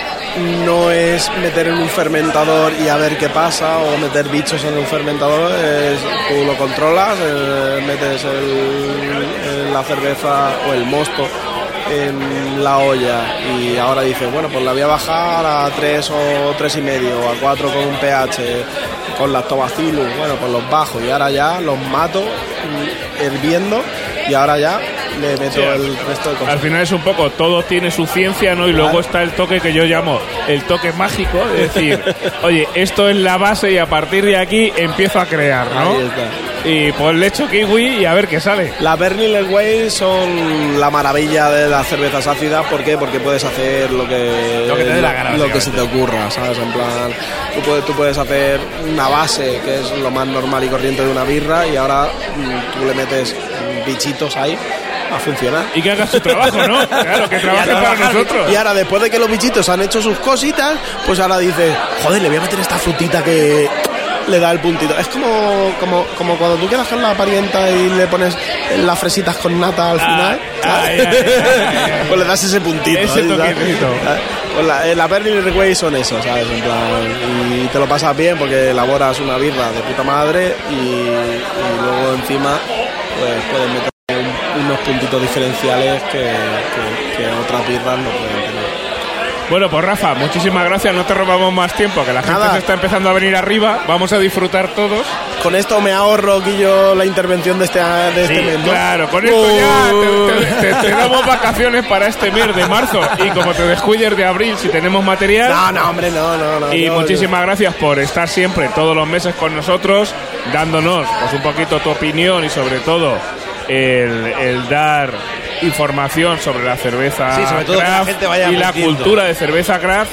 No es meter en un fermentador y a ver qué pasa, o meter bichos en un fermentador, es, tú lo controlas, eh, metes el, la cerveza o el mosto en la olla y ahora dices, bueno, pues la voy a bajar a tres o tres y medio o a cuatro con un pH, con lactobacillus, bueno, pues los bajo y ahora ya los mato hirviendo y ahora ya le meto sí, el resto de cosas. Al final es un poco, todo tiene su ciencia, ¿no? Y claro. Luego está el toque que yo llamo el toque mágico, es decir, oye, esto es la base y a partir de aquí empiezo a crear, ¿no? Ahí está. Y pues le echo kiwi y a ver qué sale. Las Berliner Weiss son la maravilla de las cervezas ácidas. ¿Por qué? Porque puedes hacer lo que, lo que te dé la gana, lo que se te ocurra, ¿sabes? En plan, tú puedes, tú puedes hacer una base, que es lo más normal y corriente de una birra, y ahora tú le metes bichitos ahí a funcionar. Y que hagas tu trabajo, ¿no? Claro, que trabaje para nosotros. Y ahora, después de que los bichitos han hecho sus cositas, pues ahora dices, joder, le voy a meter esta frutita que le da el puntito. Es como, como, como cuando tú quedas con la parienta y le pones las fresitas con nata al final. Ah, ay, ay, ay, ay. Pues le das ese puntito. Ese toquecito. Pues la, la Berliner Weiss son eso, ¿sabes? En plan, y te lo pasas bien porque elaboras una birra de puta madre y, y luego encima pues puedes meter un, unos puntitos diferenciales que, que, que otras birras no pueden tener. Bueno, pues Rafa, muchísimas gracias, no te robamos más tiempo, que la gente Nada. se está empezando a venir arriba, vamos a disfrutar todos. Con esto me ahorro, Guillo, la intervención de este, de este sí, mes, ¿no? Claro, con esto uh. ya te, te, te, te damos vacaciones para este mes de marzo, y como te descuides de abril si tenemos material. No, no, hombre, no, no, no. Y no, muchísimas no. gracias por estar siempre, todos los meses con nosotros, dándonos pues un poquito tu opinión y sobre todo el, el dar información sobre la cerveza sí, sobre todo craft que la gente vaya y la metiendo. cultura de cerveza craft,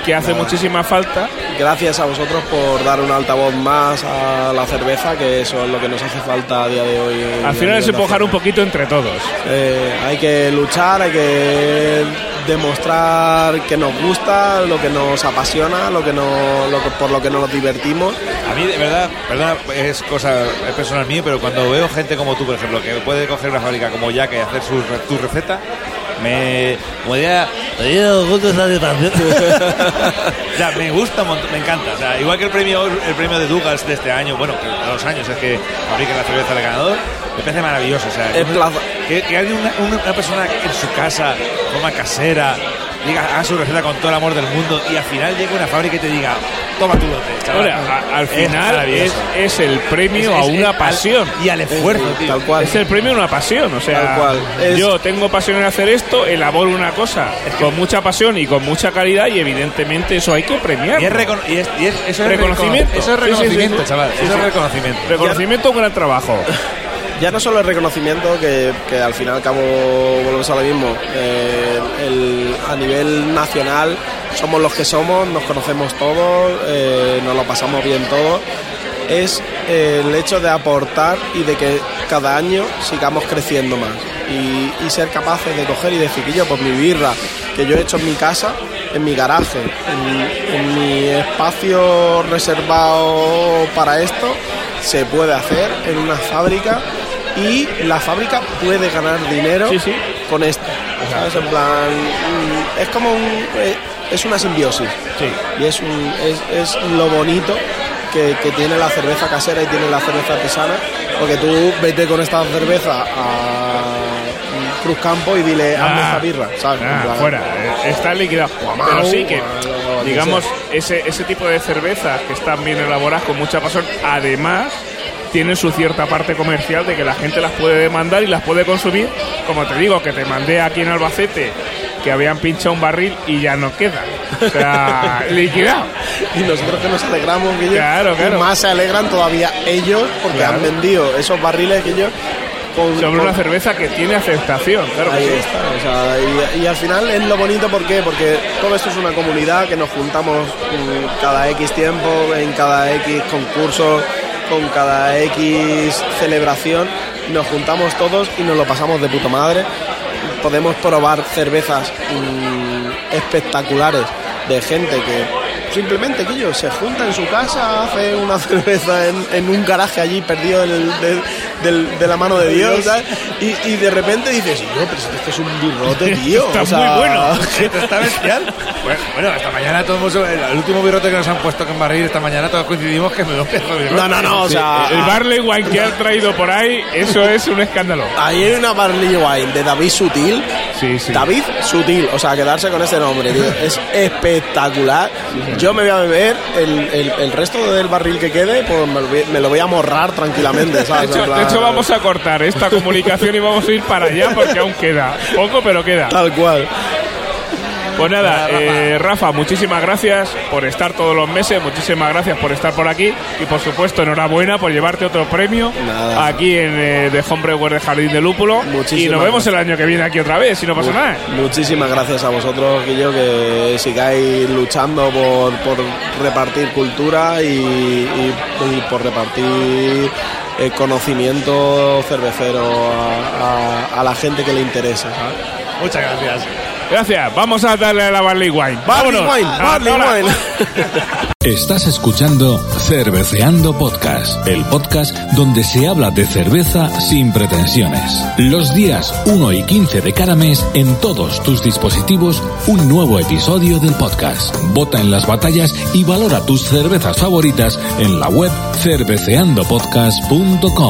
que hace Nada. muchísima falta. Gracias a vosotros por dar un altavoz más a la cerveza, que eso es lo que nos hace falta a día de hoy. Al final es empujar un poquito entre todos. Eh, hay que luchar, hay que demostrar que nos gusta, lo que nos apasiona, lo que no, lo que, por lo que nos divertimos. A mí, de verdad, perdona, es cosa es personal mío, pero cuando veo gente como tú, por ejemplo, que puede coger una fábrica como Jack y hacer su, tu receta, me como diría, me gusta satisfacción. O sea, me gusta, me encanta. O sea, igual que el premio el premio de Douglas de este año, bueno, que a dos años es que fabrica la cerveza del ganador, me parece maravilloso. O sea, que, que alguien, una, una, una persona en su casa, de forma casera, diga, haga su receta con todo el amor del mundo y al final llegue una fábrica y te diga, toma tu lote, chaval. Ahora, a, al final es, es el premio es, a es, una es, pasión. Al, y al esfuerzo, tío. Tal cual. Es el premio a una pasión. O sea, tal cual. Es... yo tengo pasión en hacer esto, elaboro una cosa es que... con mucha pasión y con mucha calidad y evidentemente eso hay que premiar. Y, es recono y, es, y es, eso es reconocimiento. Eso es reconocimiento, sí, sí, sí. chaval. Sí, eso sí. es reconocimiento. Reconocimiento, un gran trabajo. Ya no solo el reconocimiento, que, que al fin y al cabo volvemos a lo mismo, eh, el, a nivel nacional somos los que somos, nos conocemos todos, eh, nos lo pasamos bien todos, es eh, el hecho de aportar y de que cada año sigamos creciendo más y, y ser capaces de coger y decir que yo, pues mi birra que yo he hecho en mi casa, en mi garaje, en, en mi espacio reservado para esto, se puede hacer en una fábrica. Y la fábrica puede ganar dinero sí, sí. con esto, ¿sabes? En plan, es como un, es una simbiosis. Sí. Y es, un, es, es lo bonito que, que tiene la cerveza casera y tiene la cerveza artesana, porque tú vete con esta cerveza a Cruz Campo y dile, hazme ah, esta birra, ¿sabes? Ah, plan, fuera, está liquidado. Pero sí que, digamos, ese, ese tipo de cervezas que están bien elaboradas con mucha pasión, además tienen su cierta parte comercial de que la gente las puede demandar y las puede consumir. Como te digo, que te mandé aquí en Albacete que habían pinchado un barril y ya no queda. O sea, liquidado. Y nosotros que nos alegramos, que ellos claro, claro. más se alegran todavía ellos porque claro. han vendido esos barriles que ellos con, sobre con... una cerveza que tiene aceptación. Claro ahí que sí. está. O sea, y, y al final es lo bonito, ¿por qué? Porque todo esto es una comunidad que nos juntamos cada X tiempo, en cada X concurso, con cada X celebración, nos juntamos todos y nos lo pasamos de puta madre. Podemos probar cervezas mmm, espectaculares de gente que simplemente que ellos se junta en su casa, hace una cerveza en, en un garaje allí perdido del, del, del, de la mano de Dios, ¿sabes? Y, y de repente dices, no, pero esto es un birrote, tío. Está o sea, muy bueno. Esto está bestial. Bueno, bueno, esta mañana todos el, el último birrote que nos han puesto en barril, esta mañana todos coincidimos que me lo pierdo. No, no, no, o sea, sí, el barley wine que han traído por ahí, eso es un escándalo. Ahí hay una barley wine de David Sutil. Sí, sí. David Sutil, o sea, quedarse con ese nombre, tío, es espectacular. Sí, sí. Yo me voy a beber el, el, el resto del barril que quede, pues me lo, voy, me lo voy a morrar tranquilamente, ¿sabes? De hecho, plan... de hecho, vamos a cortar esta comunicación y vamos a ir para allá porque aún queda poco, pero queda. Tal cual. Pues nada, eh, Rafa, muchísimas gracias por estar todos los meses, muchísimas gracias por estar por aquí y por supuesto enhorabuena por llevarte otro premio nada. aquí en eh, The Homebrewer de Jardín de Lúpulo. Muchísimas y nos vemos gracias. El año que viene aquí otra vez, si no pasa Mu- nada. Muchísimas gracias a vosotros, Guillo, que sigáis luchando por, por repartir cultura y, y, y por repartir el conocimiento cervecero a, a, a la gente que le interesa, ¿sabes? Muchas gracias. Gracias, vamos a darle a la Barley Wine. Barley Vámonos. Wine, Barley Wine. Estás escuchando Cerveceando Podcast, el podcast donde se habla de cerveza sin pretensiones. Los días uno y quince de cada mes, en todos tus dispositivos, un nuevo episodio del podcast. Vota en las batallas y valora tus cervezas favoritas en la web cerveceando podcast punto com.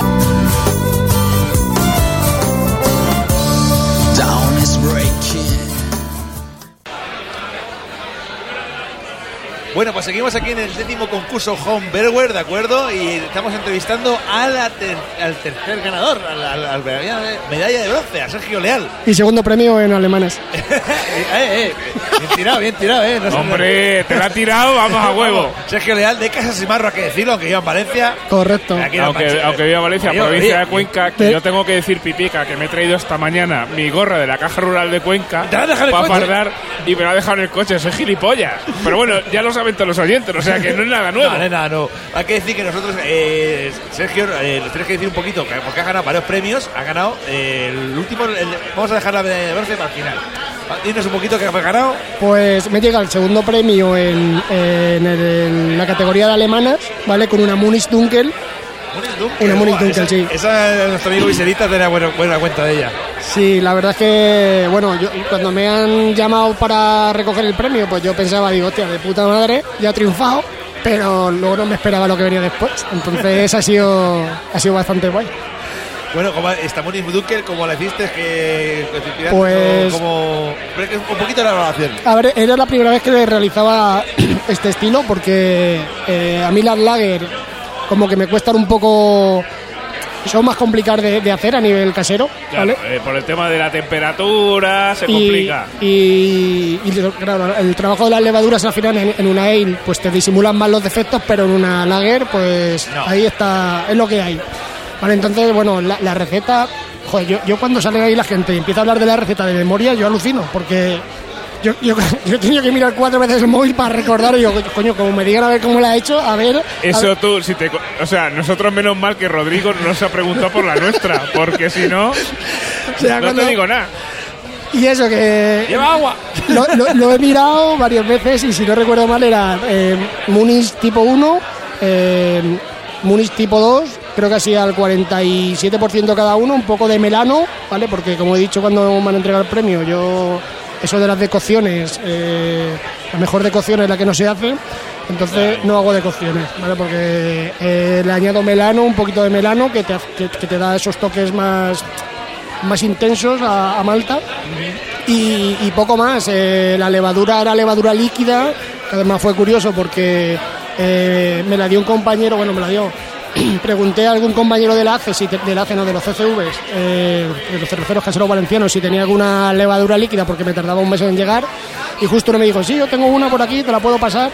Bueno, pues seguimos aquí en el décimo concurso Homebrewer, ¿de acuerdo? Y estamos entrevistando a la ter al tercer ganador, a la, a la medalla de bronce, a Sergio Leal. Y segundo premio en alemanes. eh, eh. Bien tirado, bien tirado, eh. No Hombre, te la ha tirado, vamos a huevo. Sergio Leal de Casas y Marro, hay que decirlo, aunque viva en Valencia. Correcto. Aunque, aunque viva en Valencia, Oye, provincia oye, de Cuenca, que yo tengo que decir, Pipica, que me he traído esta mañana mi gorra de la Caja Rural de Cuenca ¿Te la has dejado en el para coche? fardar y me la ha dejado en el coche. Soy gilipollas. Pero bueno, ya lo saben todos los oyentes, o sea que no es nada nuevo. No, no es nada nuevo. Hay que decir que nosotros, eh, Sergio, eh, nos tienes que decir un poquito, porque ha ganado varios premios. Ha ganado eh, el último, el, vamos a dejar la de bronce para el final. Dinos un poquito qué ha ganado. Pues me llega el segundo premio en, en, el- en la categoría de alemanas, ¿vale? Con una Munich Dunkel. Una Munich Dunkel, esa, sí. Esa, nuestro amigo Viserita tenía buena, buena cuenta de ella. Sí, la verdad es que, bueno, yo, cuando me han llamado para recoger el premio, pues yo pensaba, digo, hostia, de puta madre, ya he triunfado, pero luego no me esperaba lo que venía después. Entonces ha sido, ha sido bastante guay. Bueno, como esta Munich Dunkel, como la hiciste, que, que te inspiraste, Pues- como, pero que un poquito la evaluación. A ver, era la primera vez que realizaba este estilo, porque eh, a mí las lager como que me cuestan un poco, son más complicadas de, de hacer a nivel casero, Claro, ¿vale? eh, por el tema de la temperatura se Y, complica. y, y, claro, el trabajo de las levaduras al final en, en una ale pues te disimulan más los defectos, pero en una lager pues No. ahí está, es lo que hay. Vale, entonces, bueno, la, la receta, joder, yo, yo cuando sale ahí la gente y empieza a hablar de la receta de memoria, yo alucino, porque yo, yo, yo he tenido que mirar cuatro veces el móvil para recordar y yo, coño, como me digan a ver cómo la he hecho, a ver... a Eso ver. tú, si te, co- o sea, nosotros menos mal que Rodrigo no se ha preguntado por la nuestra, porque si no, O sea, no cuando- te digo nada. Y eso que... Lleva agua. Lo, lo- lo he mirado varias veces y si no recuerdo mal era eh, Munich tipo uno, eh, Munich tipo dos, creo que así al cuarenta y siete por ciento cada uno, un poco de melano, ¿vale? Porque como he dicho cuando me han entregado el premio, yo eso de las decocciones, eh, la mejor decocción es la que no se hace, entonces no hago decocciones, ¿vale? Porque eh, le añado melano, un poquito de melano que te, que, que te da esos toques más, más intensos a, a malta. Y, y poco más, eh, la levadura era levadura líquida, que además fue curioso porque eh, me la dio un compañero, bueno, me la dio, pregunté a algún compañero de la A C E, si te- de la A C E, no, de los C C Vs, eh, de los cerveceros caseros valencianos, si tenía alguna levadura líquida porque me tardaba un mes en llegar, y justo uno me dijo, sí, yo tengo una por aquí, te la puedo pasar,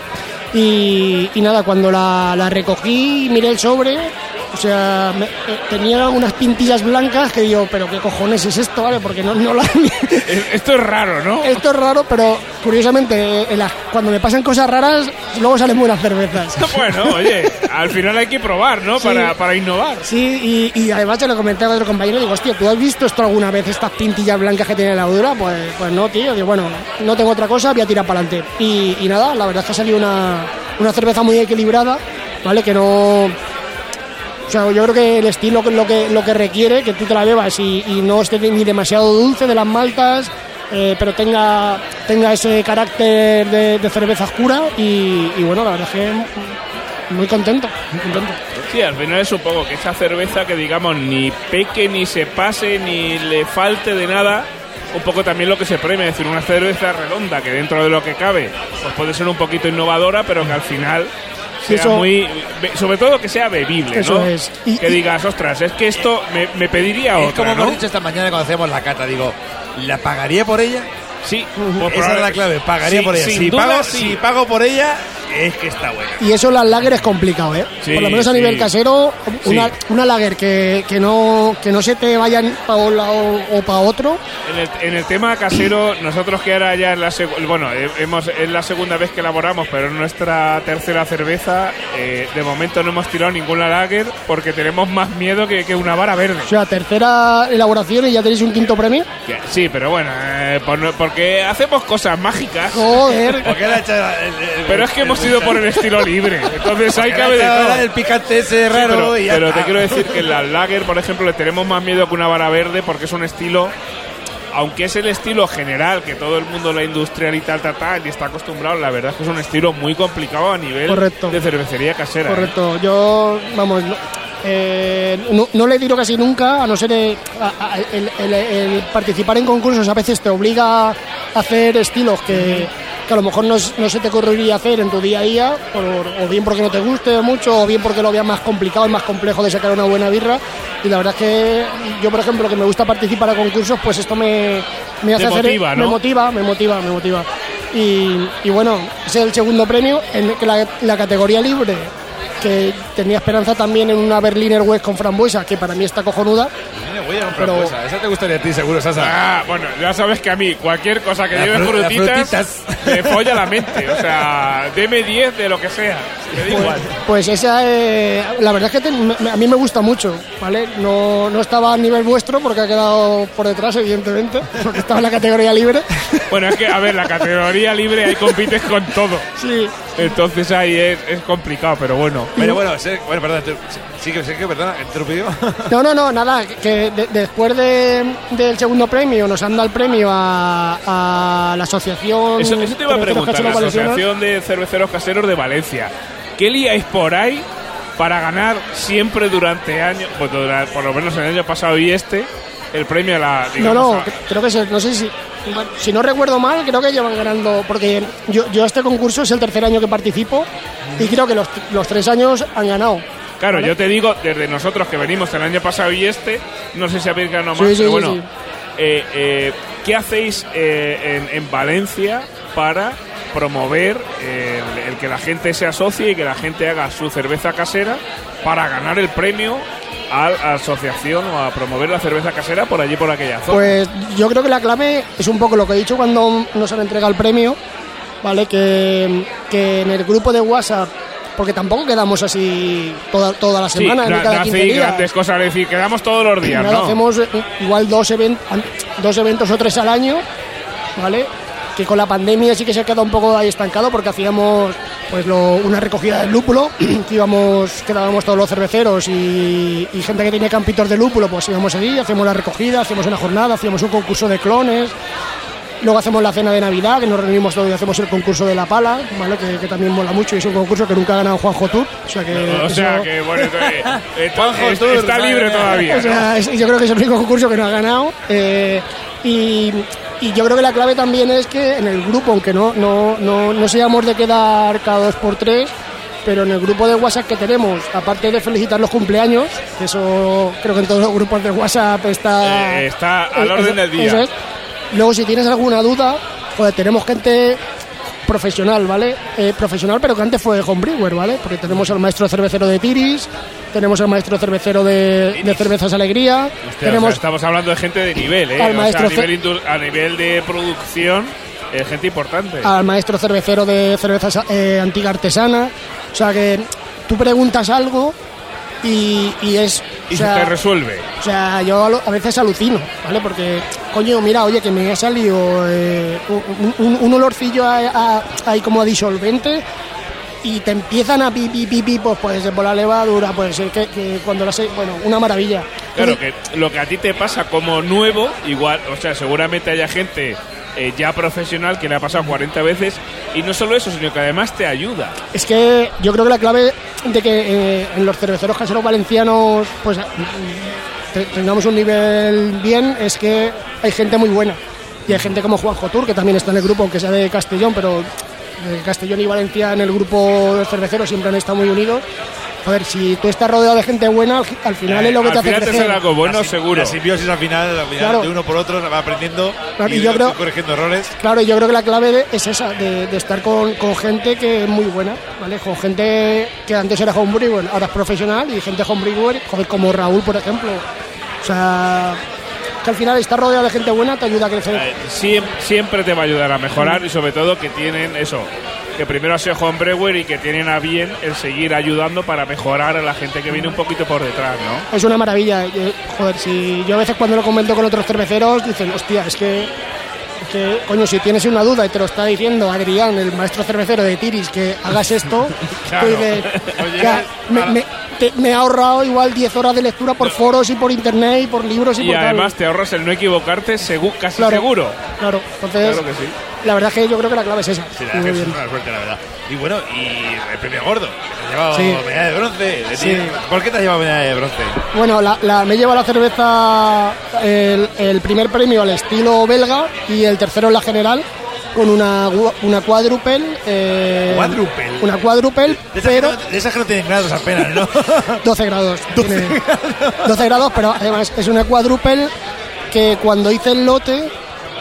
y, y nada, cuando la, la recogí y miré el sobre, o sea, me- eh, tenía unas pintillas blancas que digo, pero qué cojones es esto, ¿vale? Porque no, no la... Esto es raro, ¿no? Esto es raro, pero curiosamente, en las- cuando me pasan cosas raras, luego salen buenas cervezas. Bueno, oye, al final hay que probar, ¿no? Sí. Para, para innovar. Sí, y, y además se lo comenté a otro compañero, digo, hostia, ¿tú has visto esto alguna vez, estas pintillas blancas que tiene la levadura? Pues, pues no, tío, digo, bueno, no tengo otra cosa, voy a tirar para adelante. Y, y nada, la verdad es que ha salido una, una cerveza muy equilibrada, ¿vale? Que no... O sea, yo creo que el estilo lo que, lo que requiere, que tú te la bebas y, y no esté ni demasiado dulce de las maltas, eh, pero tenga, tenga ese carácter de, de cerveza oscura y, y bueno, la verdad es que muy contento, muy contento. Sí, al final es un poco que esa cerveza que digamos ni peque, ni se pase, ni le falte de nada, un poco también lo que se premia, es decir, una cerveza redonda que dentro de lo que cabe, pues puede ser un poquito innovadora, pero que al final sea Eso- muy, be- sobre todo que sea bebible, Eso ¿no? es. Y- que y- digas, ostras, es que esto me, me pediría Es otra, como ¿no? hemos dicho esta mañana cuando hacíamos la cata, digo, ¿la pagaría por ella? Sí, Esa pues es la probable- clave, pagaría sí, por ella. sin Si duda, pago, sí. si pago por ella, es que está buena. Y eso las lager es complicado, ¿eh? Sí, Por lo menos a sí. nivel casero, una, Sí. una lager que, que, no, que no se te vayan para un lado o para otro. En el, en el tema casero, nosotros que ahora ya es la seg- bueno, eh, hemos, es la segunda vez que elaboramos, pero es nuestra tercera cerveza. Eh, de momento no hemos tirado ninguna lager porque tenemos más miedo que, que una vara verde. O sea, tercera elaboración y ya tenéis un quinto premio. Ya, sí, pero bueno, eh, por no- porque hacemos cosas mágicas. Joder. ¿Por qué le ha echado el- el- Pero es que hemos ido por el estilo libre, entonces hay que haber de todo. el picante ese Sí, raro pero, y ya pero está. te quiero decir que en la lager, por ejemplo, le tenemos más miedo que una vara verde porque es un estilo, aunque es el estilo general que todo el mundo la industrial y tal, tal, tal, y está acostumbrado, la verdad es que es un estilo muy complicado a nivel Correcto. de cervecería casera. ¿eh? Correcto. Yo, vamos, no, eh, no, no le tiro casi nunca, a no ser eh, a- a- el, el- el participar en concursos a veces te obliga a hacer estilos que, que a lo mejor no, no se te ocurriría hacer en tu día a día, por, o bien porque no te guste mucho, o bien porque lo veas más complicado y más complejo de sacar una buena birra. Y la verdad es que yo, por ejemplo, que me gusta participar a concursos, pues esto me, me hace Te hacer... motiva, ¿no? Me motiva, me motiva, me motiva. Y, y bueno, ese es el segundo premio, en la, la categoría libre, que tenía esperanza también en una Berliner Weiss con frambuesa, que para mí está cojonuda. Voy a Pero- frambuesa. Esa te gustaría a ti, seguro, Sasa. Ah, bueno, ya sabes que a mí cualquier cosa que Las lleve fru- las frutitas me folla la mente. O sea, deme diez de lo que sea. Me da igual. Pues esa, eh, la verdad es que te- me- a mí me gusta mucho, ¿vale? No, no estaba a nivel vuestro porque ha quedado por detrás, evidentemente, porque estaba en la categoría libre. Bueno, es que, a ver, la categoría libre ahí compites con todo. Sí. Entonces ahí es, es complicado, pero bueno. Pero bueno, sé- bueno, perdón, te- sí que sé que, perdona, he interrumpido. No, no, no, nada, que de- después de, del segundo premio nos han dado el premio a, a la asociación... Eso, eso te iba a Cerveceros preguntar, la Caseros Valencianos. Asociación de Cerveceros Caseros de Valencia. ¿Qué liáis por ahí para ganar siempre durante años, pues durante- por lo menos el año pasado y este, el premio a la... No, digamos, no, a- creo que se, no sé si... bueno, si no recuerdo mal, creo que llevan ganando, porque yo, yo este concurso es el tercer año que participo y creo que los, los tres años han ganado. Claro, ¿vale? yo te digo, desde nosotros que venimos el año pasado y este, no sé si habéis ganado Sí, más, sí, pero sí, bueno, sí. eh, eh, ¿qué hacéis eh, en, en Valencia para promover eh, el, el que la gente se asocie y que la gente haga su cerveza casera para ganar el premio a la asociación o a promover la cerveza casera por allí, por aquella zona? Pues yo creo que la clave es un poco lo que he dicho cuando nos han entregado el premio, ¿vale? Que, que en el grupo de WhatsApp, porque tampoco quedamos así toda, toda la Sí, semana, no, ni cada no quince hacéis días. grandes cosas, es decir, quedamos todos los días, Nada, ¿no? hacemos eh, igual dos, event- an- dos eventos o tres al año, ¿vale? Que con la pandemia sí que se ha quedado un poco ahí estancado porque hacíamos pues lo- una recogida del lúpulo, que íbamos, quedábamos todos los cerveceros y, y gente que tiene campitos de lúpulo, pues íbamos allí, hacemos la recogida, hacemos una jornada, hacíamos un concurso de clones. Luego hacemos la cena de Navidad, que nos reunimos todos y hacemos el concurso de la pala, ¿vale? Que, que también mola mucho y es un concurso que nunca ha ganado Juanjo Tur. O sea que, O sea eso- que, bueno, entonces, eh, Juanjo es- Tur, está madre libre mía. todavía. o sea, es- yo creo que es el único concurso que no ha ganado. eh, y, y yo creo que la clave también es que en el grupo, aunque no, no, no, no seamos de quedar cada dos por tres, pero en el grupo de WhatsApp que tenemos, aparte de felicitar los cumpleaños, que eso creo que en todos los grupos de WhatsApp está... Eh, está al eh, orden eso- del día. eso es. Luego, si tienes alguna duda, joder, tenemos gente profesional, ¿vale? Eh, profesional, pero que antes fue homebrewer, ¿vale? Porque tenemos al maestro cervecero de Tiris, tenemos al maestro cervecero de, de Cervezas Alegría, Hostia, o tenemos sea, estamos hablando de gente de nivel, ¿eh? al O sea, maestro a, nivel Ce- indu- a nivel de producción, eh, gente importante. al maestro cervecero de cervezas eh, antigua artesana. O sea que tú preguntas algo y, y es... y o se sea, te resuelve. O sea, yo a, lo- a veces alucino, ¿vale? Porque, coño, mira, oye, que me ha salido eh, un, un- un olorcillo a- a- ahí como a disolvente y te empiezan a pipi, pipi, pues puede ser por la levadura, puede ser que, que cuando la se... Bueno, una maravilla. Claro, que lo que a ti te pasa como nuevo, igual, o sea, seguramente haya gente eh, ya profesional que le ha pasado cuarenta veces y no solo eso, sino que además te ayuda. Es que yo creo que la clave de que eh, en los cerveceros caseros valencianos pues te- tengamos un nivel bien es que hay gente muy buena. Y hay gente como Juanjo Tur, que también está en el grupo, aunque sea de Castellón, pero de Castellón y Valencia en el grupo de cerveceros siempre han estado muy unidos. A ver, si tú estás rodeado de gente buena, al, al final es lo que Eh, te al hace final te crecer. sale algo bueno, La sim- seguro. La simbiosis al final, al final Claro. de uno por otro, va aprendiendo Claro, y, y yo creo- corrigiendo errores. Claro, yo creo que la clave de- es esa, de, de estar con, con gente que es muy buena, ¿vale? Con gente que antes era homebrewer, ahora es profesional, y gente homebrewer, joder, como Raúl, por ejemplo. O sea, que al final estar rodeado de gente buena te ayuda a crecer. Eh, siem- siempre te va a ayudar a mejorar y sobre todo que tienen eso, que primero ha sido homebrewer y que tienen a bien el seguir ayudando para mejorar a la gente que viene un poquito por detrás, ¿no? Es una maravilla. eh, Joder, si yo a veces cuando lo comento con otros cerveceros dicen, hostia, es que, es que, coño, si tienes una duda y te lo está diciendo Adrián, el maestro cervecero de Tiris, que hagas esto, Claro. tú dices, Oye, ya, me, me- te- me he ahorrado igual diez horas de lectura por foros y por internet y por libros y, Y por además tal. te ahorras el no equivocarte segu- casi Claro. seguro. Claro, entonces, Claro que sí. la verdad es que yo creo que la clave es esa. Sí, la Muy verdad que bien. es una suerte, la verdad. Y bueno, y el premio gordo, que te has llevado Sí. medalla de bronce. De Sí. ti. ¿Por qué te has llevado medalla de bronce? Bueno, la, la- me lleva la cerveza, el, el primer premio al estilo belga y el tercero en la general, con una, una quadruple. Eh, ¿Quadruple? Una quadruple, de pero... De esas que no tienen grados apenas, ¿no? doce grados. doce, doce grados, pero además es una quadruple que cuando hice el lote...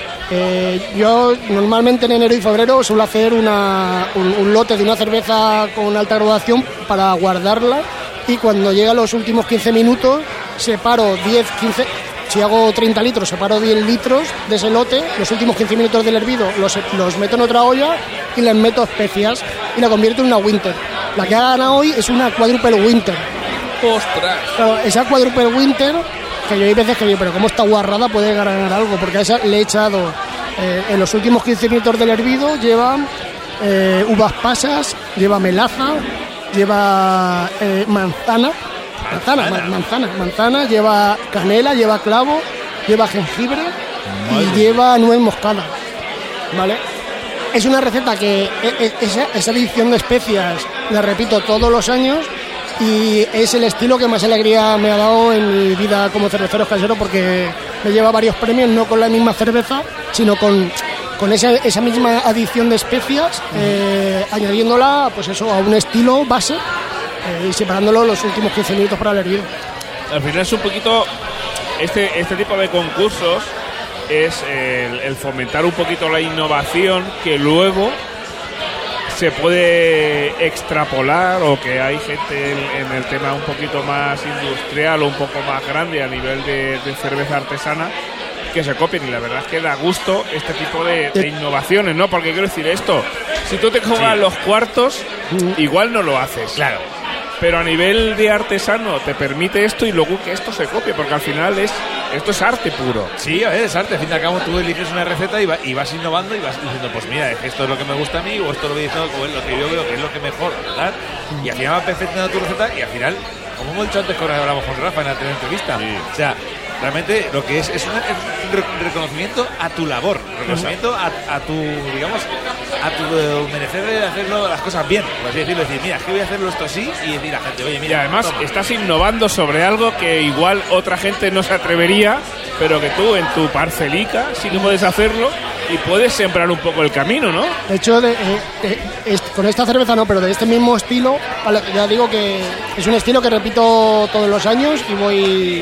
Eh, yo normalmente en enero y febrero suelo hacer una, un, un lote de una cerveza con alta graduación para guardarla, y cuando llega a los últimos quince minutos separo diez, quince, si hago treinta litros separo diez litros de ese lote, los últimos quince minutos del hervido los, los meto en otra olla y les meto especias y la convierto en una winter. La que ha ganado hoy es una quadruple winter. ¡Ostras! Claro, esa quadruple winter, que yo hay veces que digo, pero cómo esta guarrada puede ganar algo, porque a esa le he echado eh, en los últimos quince minutos del hervido, lleva eh, uvas pasas, lleva melaza, lleva eh, manzana, manzana, manzana, manzana, manzana, lleva canela, lleva clavo, lleva jengibre y Madre. lleva nuez moscada, ¿vale? Es una receta que e, e, esa, esa adición de especias la repito todos los años, y es el estilo que más alegría me ha dado en mi vida como cervecero casero, porque me lleva varios premios, no con la misma cerveza, sino con, con esa, esa misma adición de especias, eh, añadiéndola pues eso, a un estilo base eh, y separándolo los últimos quince minutos para el hervido. Al final es un poquito este, este tipo de concursos es el, el fomentar un poquito la innovación que luego se puede extrapolar, o que hay gente en, en el tema un poquito más industrial o un poco más grande a nivel de, de cerveza artesana, que se copien. Y la verdad es que da gusto este tipo de, de innovaciones, ¿no? Porque quiero decir esto, si tú te juegas sí. los cuartos, igual no lo haces. Claro. Pero a nivel de artesano te permite esto, y luego que esto se copie, porque al final es esto es arte puro. Sí, a ver, es arte. Al fin y al cabo tú eliges una receta y, va, y vas innovando y vas diciendo, pues mira, esto es lo que me gusta a mí, o esto es lo que, o es lo que yo veo que es lo que mejor, ¿verdad? Y al final va perfeccionando tu receta, y al final, como hemos dicho antes cuando hablamos con Rafa en la entrevista, sí. o sea, realmente lo que es es, una, es un reconocimiento a tu labor, reconocimiento a, a tu, digamos, a tu uh, merecer de hacerlo las cosas bien, por así decirlo, decir, mira, es que voy a hacerlo esto así, y decir a la gente, oye, mira. Y además toma. Estás innovando sobre algo que igual otra gente no se atrevería, pero que tú en tu parcelica sí que puedes hacerlo y puedes sembrar un poco el camino, ¿no? De hecho, de, eh, eh, est- con esta cerveza no, pero de este mismo estilo, ya digo que es un estilo que repito todos los años, y voy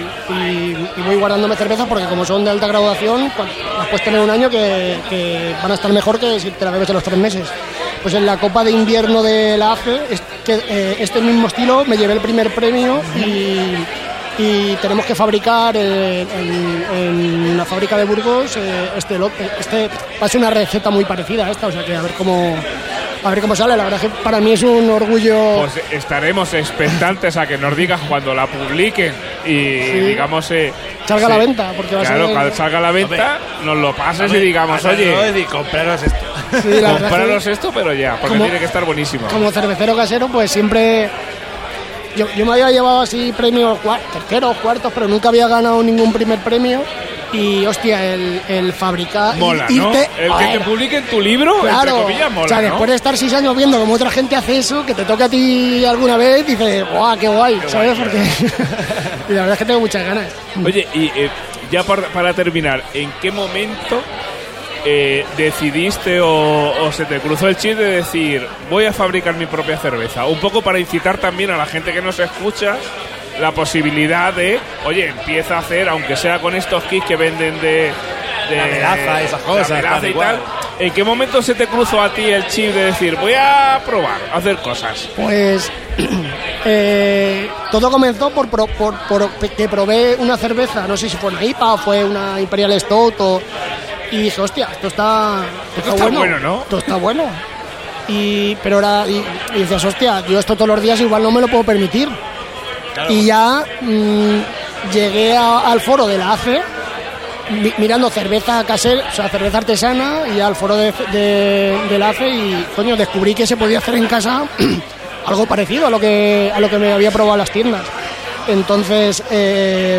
y, y voy guardándome cervezas, porque como son de alta graduación, pues, las puedes tener un año que, que van a estar mejor que si te la bebes en los tres meses. Pues en la Copa de Invierno de la A C E, es que, eh, este mismo estilo me llevé el primer premio, y... y tenemos que fabricar eh, en, en una fábrica de Burgos eh, este lote. Este va a ser una receta muy parecida a esta, o sea que a ver cómo a ver cómo sale. La verdad es que para mí es un orgullo. Pues estaremos expectantes a que nos digas cuando la publiquen y sí. digamos eh, salga sí. a la venta, porque va claro, a ser cuando salga a la venta, hombre, nos lo pases hombre, y digamos, oye, y compraros esto. Sí, compraros esto, pero ya, porque como, tiene que estar buenísimo. Como cervecero casero, pues siempre Yo, yo me había llevado así premios cua- terceros, cuartos, pero nunca había ganado ningún primer premio. Y hostia, el, el fabricar. Mola, y, ¿no? irte, El que te publique en tu libro, claro, entre comillas, mola, o sea, ¿no? después de estar seis años viendo cómo otra gente hace eso, que te toque a ti alguna vez, dices, guau, qué guay, Qué ¿sabes? guay, Porque y la verdad es que tengo muchas ganas. Oye, y eh, ya para, para terminar, ¿en qué momento eh, decidiste o, o se te cruzó el chip de decir, voy a fabricar mi propia cerveza? Un poco para incitar también a la gente que nos escucha la posibilidad de, oye, empieza a hacer, aunque sea con estos kits que venden de... de la melaza, esas cosas, la melaza tal, y igual. tal. ¿En qué momento se te cruzó a ti el chip de decir, voy a probar, a hacer cosas? Pues eh, todo comenzó por, por, por, por que probé una cerveza, no sé si fue una I P A o fue una Imperial Stout, o, y dije, hostia, esto está, esto Esto está bueno, ¿no? Esto está bueno. Y, pero ahora, y, y dices, hostia, yo esto todos los días igual no me lo puedo permitir. Claro. Y ya mmm, llegué a, al foro de la A C E, mi, mirando cerveza casera, o sea, cerveza artesana, y al foro de, de, de la A C E, y coño, descubrí que se podía hacer en casa algo parecido a lo que a lo que me había probado en las tiendas. Entonces, eh,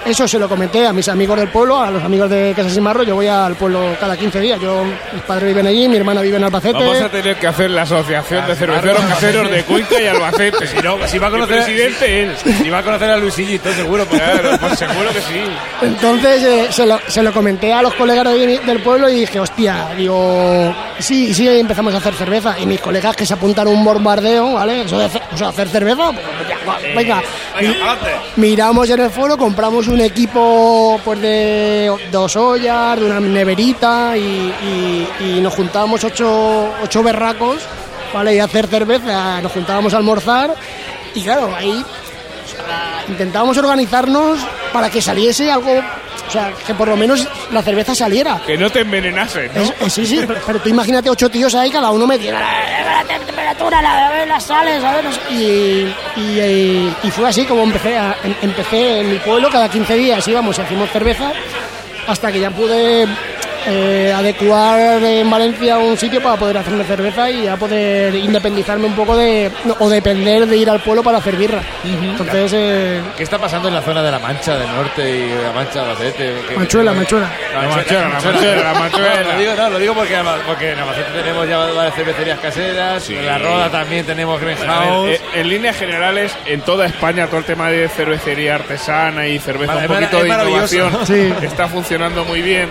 eso se lo comenté a mis amigos del pueblo, a los amigos de Casa Sin Marro. Yo voy al pueblo cada quince días. Yo, mis padres viven allí, mi hermana vive en Albacete. Vamos a tener que hacer la asociación de cerveceros caseros de Cuenca y Albacete. Si, no, si va a conocer el presidente si, él. Si va a conocer a Luisilla, estoy seguro. Pues, claro, pues seguro que sí. Entonces eh, se, lo, se lo comenté a los colegas de, del pueblo y dije, hostia, digo, sí, sí, empezamos a hacer cerveza. Y mis colegas que se apuntan a un bombardeo, ¿vale? Eso de hacer, o sea, hacer cerveza, pues, ya, venga. venga miramos en el foro, compramos un equipo pues de dos ollas, de una neverita y, y, y nos juntábamos ocho, ocho berracos, ¿vale? Y a hacer cerveza, nos juntábamos a almorzar y claro, ahí o sea, intentábamos organizarnos para que saliese algo, o sea, que por lo menos la cerveza saliera. Que no te envenenasen, ¿no? Es, es, sí, sí, pero, pero tú imagínate ocho tíos ahí, cada uno metiendo la temperatura, la, las sales, ¿sabes? Y, y, y fue así como empecé, a, em, empecé en mi pueblo, cada quince días íbamos y hacíamos cerveza, hasta que ya pude eh, adecuar en Valencia un sitio para poder hacerme cerveza y ya poder independizarme un poco de, o depender de ir al pueblo para hacer birra. Uh-huh. Entonces, eh, ¿qué está pasando en la zona de la Mancha del Norte y la Mancha de Albacete? Manchuela, Manchuela. La Manchuela, la Manchuela, la Manchuela. No, lo digo, no, lo digo porque, porque en Albacete tenemos ya varias cervecerías caseras, sí. En La Roda también tenemos Greenhouse. En, en, en líneas generales, en toda España, todo el tema de cervecería artesana y cerveza, vale, un poquito de innovación, sí. Está funcionando muy bien.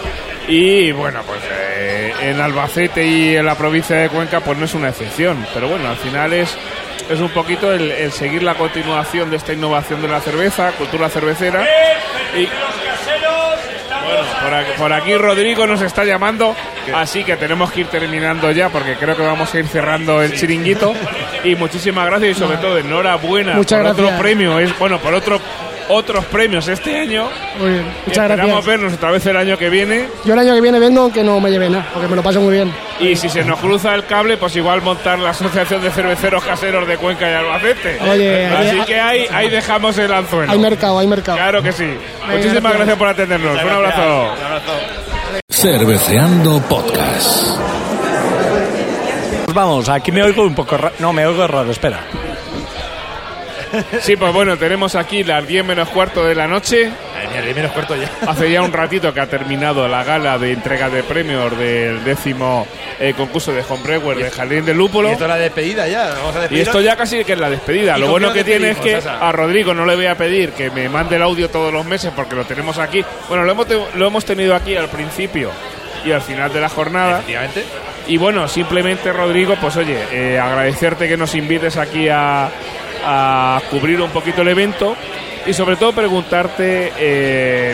Y bueno, pues eh, en Albacete y en la provincia de Cuenca pues no es una excepción, pero bueno, al final es, es un poquito el, el seguir la continuación de esta innovación de la cerveza, cultura cervecera. Y bueno, por aquí, por aquí Rodrigo nos está llamando, así que tenemos que ir terminando ya porque creo que vamos a ir cerrando el chiringuito. Y muchísimas gracias y sobre todo enhorabuena Muchas por gracias. Otro premio, es bueno, por otro otros premios este año. Muy bien, muchas Esperamos gracias. vernos otra vez el año que viene. Yo el año que viene vengo aunque no me lleve nada, porque me lo paso muy bien. Y si se nos cruza el cable, pues igual montar la Asociación de Cerveceros Caseros de Cuenca y Albacete. Oye, así hay, que ahí, ahí dejamos el anzuelo. Hay mercado, hay mercado. Claro que sí. Hay Muchísimas mercado. gracias por atendernos. Un abrazo. Un abrazo. Cerveceando Podcast. Pues vamos, aquí me oigo un poco raro. No, me oigo raro, espera. Sí, pues bueno, tenemos aquí las diez menos cuarto de la noche. diez menos cuarto ya. Hace ya un ratito que ha terminado la gala de entrega de premios del décimo eh, concurso de Homebrewer de Jardín del Lúpulo. Y esto es la despedida ya. Vamos a y esto ya casi que es la despedida. Lo bueno que tiene es que Sasa? a Rodrigo no le voy a pedir que me mande el audio todos los meses porque lo tenemos aquí. Bueno, lo hemos, te- lo hemos tenido aquí al principio y al final de la jornada. Efectivamente. Y bueno, simplemente Rodrigo, pues oye, eh, agradecerte que nos invites aquí a, a cubrir un poquito el evento y sobre todo preguntarte eh,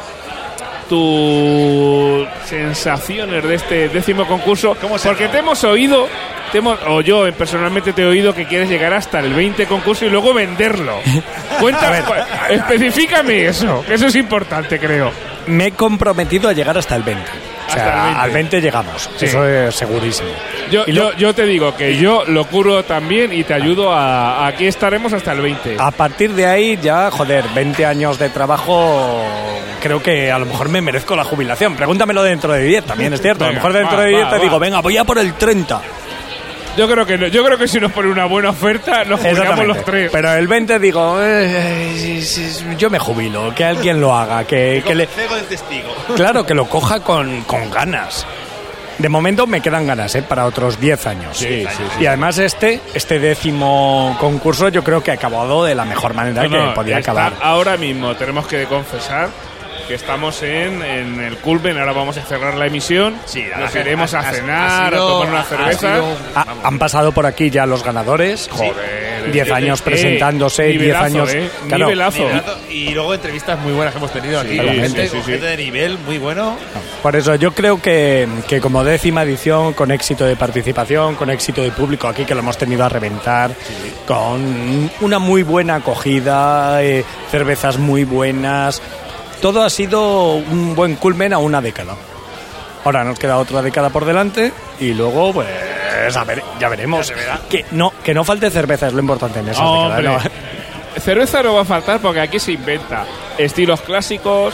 tus sensaciones de este décimo concurso, porque te hemos oído, te hemos, o yo personalmente te he oído que quieres llegar hasta el veinte concurso y luego venderlo. Cuéntame, especifícame eso, que eso es importante, creo. Me he comprometido a llegar hasta el veinte. O sea, Hasta el veinte. al veinte llegamos, Sí. eso es segurísimo. Yo, Y yo, lo- yo te digo que yo lo curo también y te ayudo a, a aquí estaremos hasta el veinte. A partir de ahí ya, joder, veinte años de trabajo, creo que a lo mejor me merezco la jubilación. Pregúntamelo dentro de diez, también es cierto. A lo Venga, mejor dentro va, de diez va, te va. digo, venga, voy a por el treinta. Yo creo que no, yo creo que si nos pone una buena oferta nos jubilamos Exactamente. los tres. Pero el veinte digo, eh, es- es- yo me jubilo, que alguien lo haga, que, que le... Cego del testigo. Claro, que lo coja con, con ganas. De momento me quedan ganas, ¿eh? Para otros diez años. Sí, sí, sí. Y además este, este décimo concurso yo creo que ha acabado de la mejor manera No, que no, podía está- acabar. Ahora mismo tenemos que confesar que estamos en, en el culmen, ahora vamos a cerrar la emisión, nos la- iremos ha- a ha- cenar, ha sido- a tomar una ha cerveza. sido- Ha- han pasado por aquí ya los ganadores. Joder, diez eh, años eh, presentándose, diez nivelazo, años. eh, Claro. nivelazo. Nivelazo. Y luego entrevistas muy buenas que hemos tenido Sí, aquí. con sí, gente, sí, sí, con sí. gente de nivel muy bueno. Por eso yo creo que, que como décima edición, con éxito de participación, con éxito de público aquí, que lo hemos tenido a reventar, con una muy buena acogida, eh, cervezas muy buenas, todo ha sido un buen culmen a una década. Ahora nos queda otra década por delante y luego, pues, a ver, ya veremos. Que no, que no falte cerveza es lo importante en esa Hombre, década. ¿no? cerveza no va a faltar porque aquí se inventa estilos clásicos,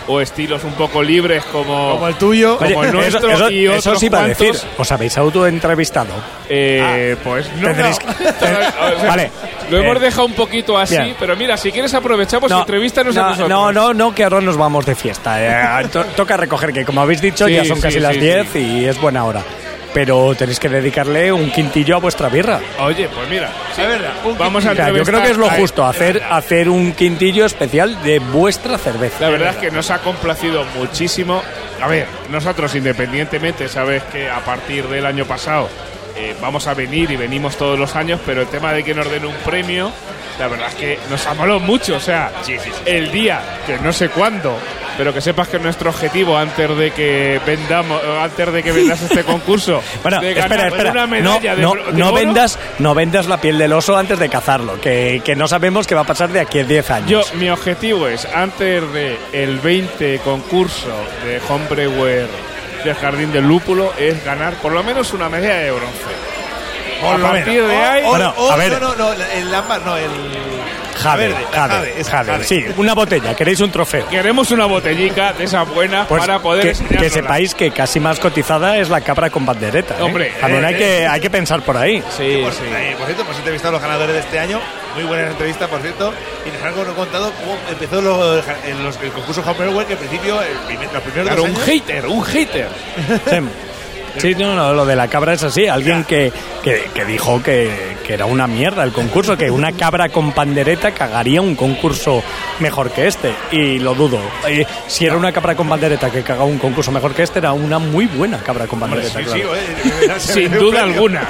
o estilos un poco libres como, como el tuyo, como Oye, el nuestro eso, eso, y otros eso sí iba a cuantos. decir. ¿Os habéis autoentrevistado? Eh, ah, pues no. Tendréis no. que- O sea, Vale. Lo hemos Eh, dejado un poquito así, bien. pero mira, si quieres aprovechamos y entrevístanos a no, nosotros. no, no, no, que ahora nos vamos de fiesta. Eh, to- toca recoger, que como habéis dicho, Sí, ya son sí, casi sí, las sí. diez y es buena hora. Pero tenéis que dedicarle un quintillo a vuestra birra. Oye, pues mira, sí, Es verdad, un vamos a O sea, yo creo que es lo entrevistar- justo, hacer, hacer un quintillo especial de vuestra cerveza. La verdad es que nos ha complacido muchísimo. A ver, nosotros independientemente, sabes que a partir del año pasado eh, vamos a venir y venimos todos los años, pero el tema de que nos den un premio, la verdad es que nos ha molado mucho. O sea, el día, que no sé cuándo, pero que sepas que nuestro objetivo antes de que vendamos, antes de que vendas este concurso, Bueno, de espera, ganar espera. una No, medalla de no, bro- de no oro, vendas, no vendas la piel del oso antes de cazarlo, que, que no sabemos qué va a pasar de aquí a diez años. Yo, mi objetivo es, antes de el veinte concurso de Homebrewer del Jardín del Lúpulo, es ganar por lo menos una medalla de bronce. Por a lo partir menos. de O- ahí... o- Bueno, o- a ver. No, no, no, el ámbar, no, el. Jade, verde, jade, jade, es jade, jade. sí, una botella, queréis un trofeo. Queremos una botellica de esas buenas Pues para poder que, enseñárnosla. que sepáis que casi más cotizada es la cabra con bandereta. ¿eh? Hombre, también eh, hay, eh, que, hay que pensar por ahí. Sí, Por, sí. eh, por cierto, hemos entrevistado a los ganadores de este año. Muy buena entrevista, por cierto. Y nos han contado cómo empezó lo- el, los- el concurso Homebrewer, que al principio, el primer- los primeros Claro, dos un años. hater, un hater. Sí. Sí, no, no, lo de la cabra es así. Alguien que, que, que dijo que, que era una mierda el concurso, que una cabra con pandereta cagaría un concurso mejor que este. Y lo dudo. Eh, si era una cabra con pandereta que cagaba un concurso mejor que este, era una muy buena cabra con Hombre, pandereta. sí, claro. sí, oye, Sin duda alguna.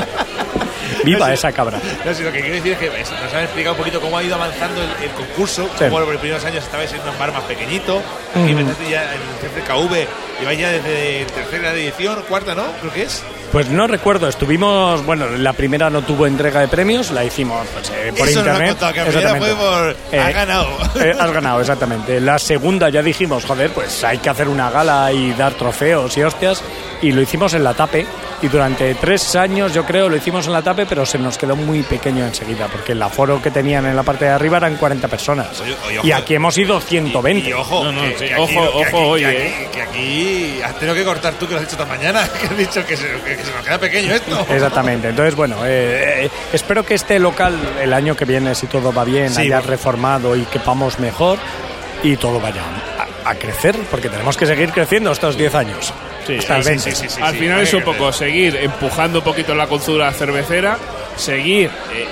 Viva No, esa cabra. No, si lo que quiero decir es que es- nos han explicado un poquito cómo ha ido avanzando el, el concurso, Sí. cómo los primeros años estaba siendo un bar más pequeñito, aquí Ujú. empezaste ya en el C C K V, y vais ya desde tercera edición, cuarta, ¿no? Creo que es. Pues no recuerdo, estuvimos, bueno, la primera no tuvo entrega de premios, la hicimos pues, eh, por Eso nos lo han internet. contado, que la primera fue por Eh, has ganado. Eh, has ganado, exactamente. La segunda ya dijimos, joder, pues hay que hacer una gala y dar trofeos y hostias, y lo hicimos en la Tape, y durante tres años yo creo lo hicimos en la Tape, pero se nos quedó muy pequeño enseguida, porque el aforo que tenían en la parte de arriba eran cuarenta personas, Oye, oye, ojo. y aquí hemos ido ciento veinte. Y ojo, No, no, que, sí, que ojo, aquí, ojo, que aquí, oye, que eh. aquí, que aquí has tenido que cortar tú, que lo has dicho esta mañana, que has dicho que se, que, que se nos queda pequeño esto. Exactamente, entonces bueno, eh, eh, espero que este local el año que viene, si todo va bien, Sí, haya bueno. reformado y quepamos mejor y todo vaya a, a crecer, porque tenemos que seguir creciendo estos diez años. Sí, hasta el sí, veinte. sí, sí, sí, Al final es un poco seguir empujando un poquito la cultura cervecera, seguir eh,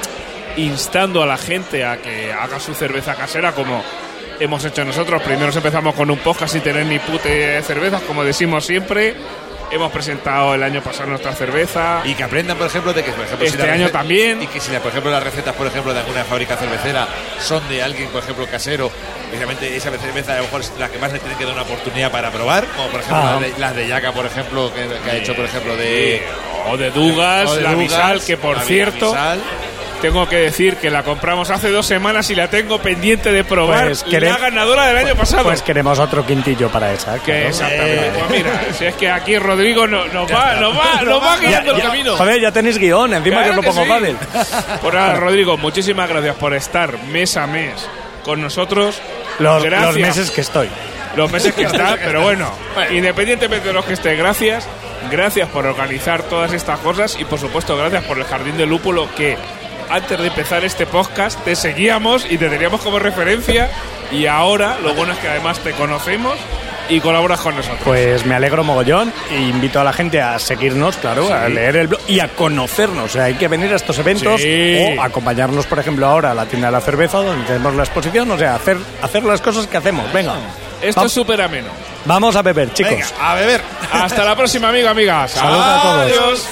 instando a la gente a que haga su cerveza casera como hemos hecho nosotros. Primero empezamos con un podcast sin tener ni pute cervezas, como decimos siempre. Hemos presentado el año pasado nuestra cerveza. Y que aprendan, por ejemplo, de que, por ejemplo, Este la año receta- también. Y que si, la- por ejemplo, las recetas, por ejemplo, de alguna fábrica cervecera son de alguien, por ejemplo, casero, precisamente esa cerveza a lo mejor es la que más le tienen que dar una oportunidad para probar, como por ejemplo Ah. las, de, las de Yaka, por ejemplo, que, que ha hecho, por ejemplo, de... O de Dugas, o de la Dugas, Visal, que por la Vi- cierto, Visal. tengo que decir que la compramos hace dos semanas y la tengo pendiente de probar. Pues quere- la ganadora del año pasado. Pues queremos otro quintillo para esa. Que claro. exactamente. Eh, Pues mira, si es que aquí Rodrigo no- nos va, está. nos va, nos va ya- guiando el ya- camino. Joder, ya tenéis guión, encima Claro que os lo que pongo sí. fácil. Pues nada, Rodrigo, muchísimas gracias por estar mes a mes con nosotros. Los, Gracias. los meses que estoy. Los meses que está, pero bueno, independientemente de los que esté, gracias. Gracias por organizar todas estas cosas y por supuesto gracias por el Jardín del Lúpulo, que antes de empezar este podcast te seguíamos y te teníamos como referencia, y ahora lo bueno es que además te conocemos y colaboras con nosotros. Pues me alegro mogollón e invito a la gente a seguirnos, claro, Sí. a leer el blog y a conocernos. O sea, hay que venir a estos eventos Sí. o acompañarnos, por ejemplo, ahora a la tienda de la cerveza donde tenemos la exposición. O sea, hacer, hacer las cosas que hacemos. Venga. Esto Va- es súper ameno. Vamos a beber, chicos. Venga, a beber. Hasta la próxima, amigo, amigas. Salud a todos. Adiós.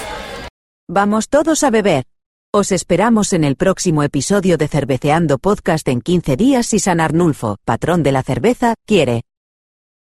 Vamos todos a beber. Os esperamos en el próximo episodio de Cerveceando Podcast en quince días si San Arnulfo, patrón de la cerveza, quiere.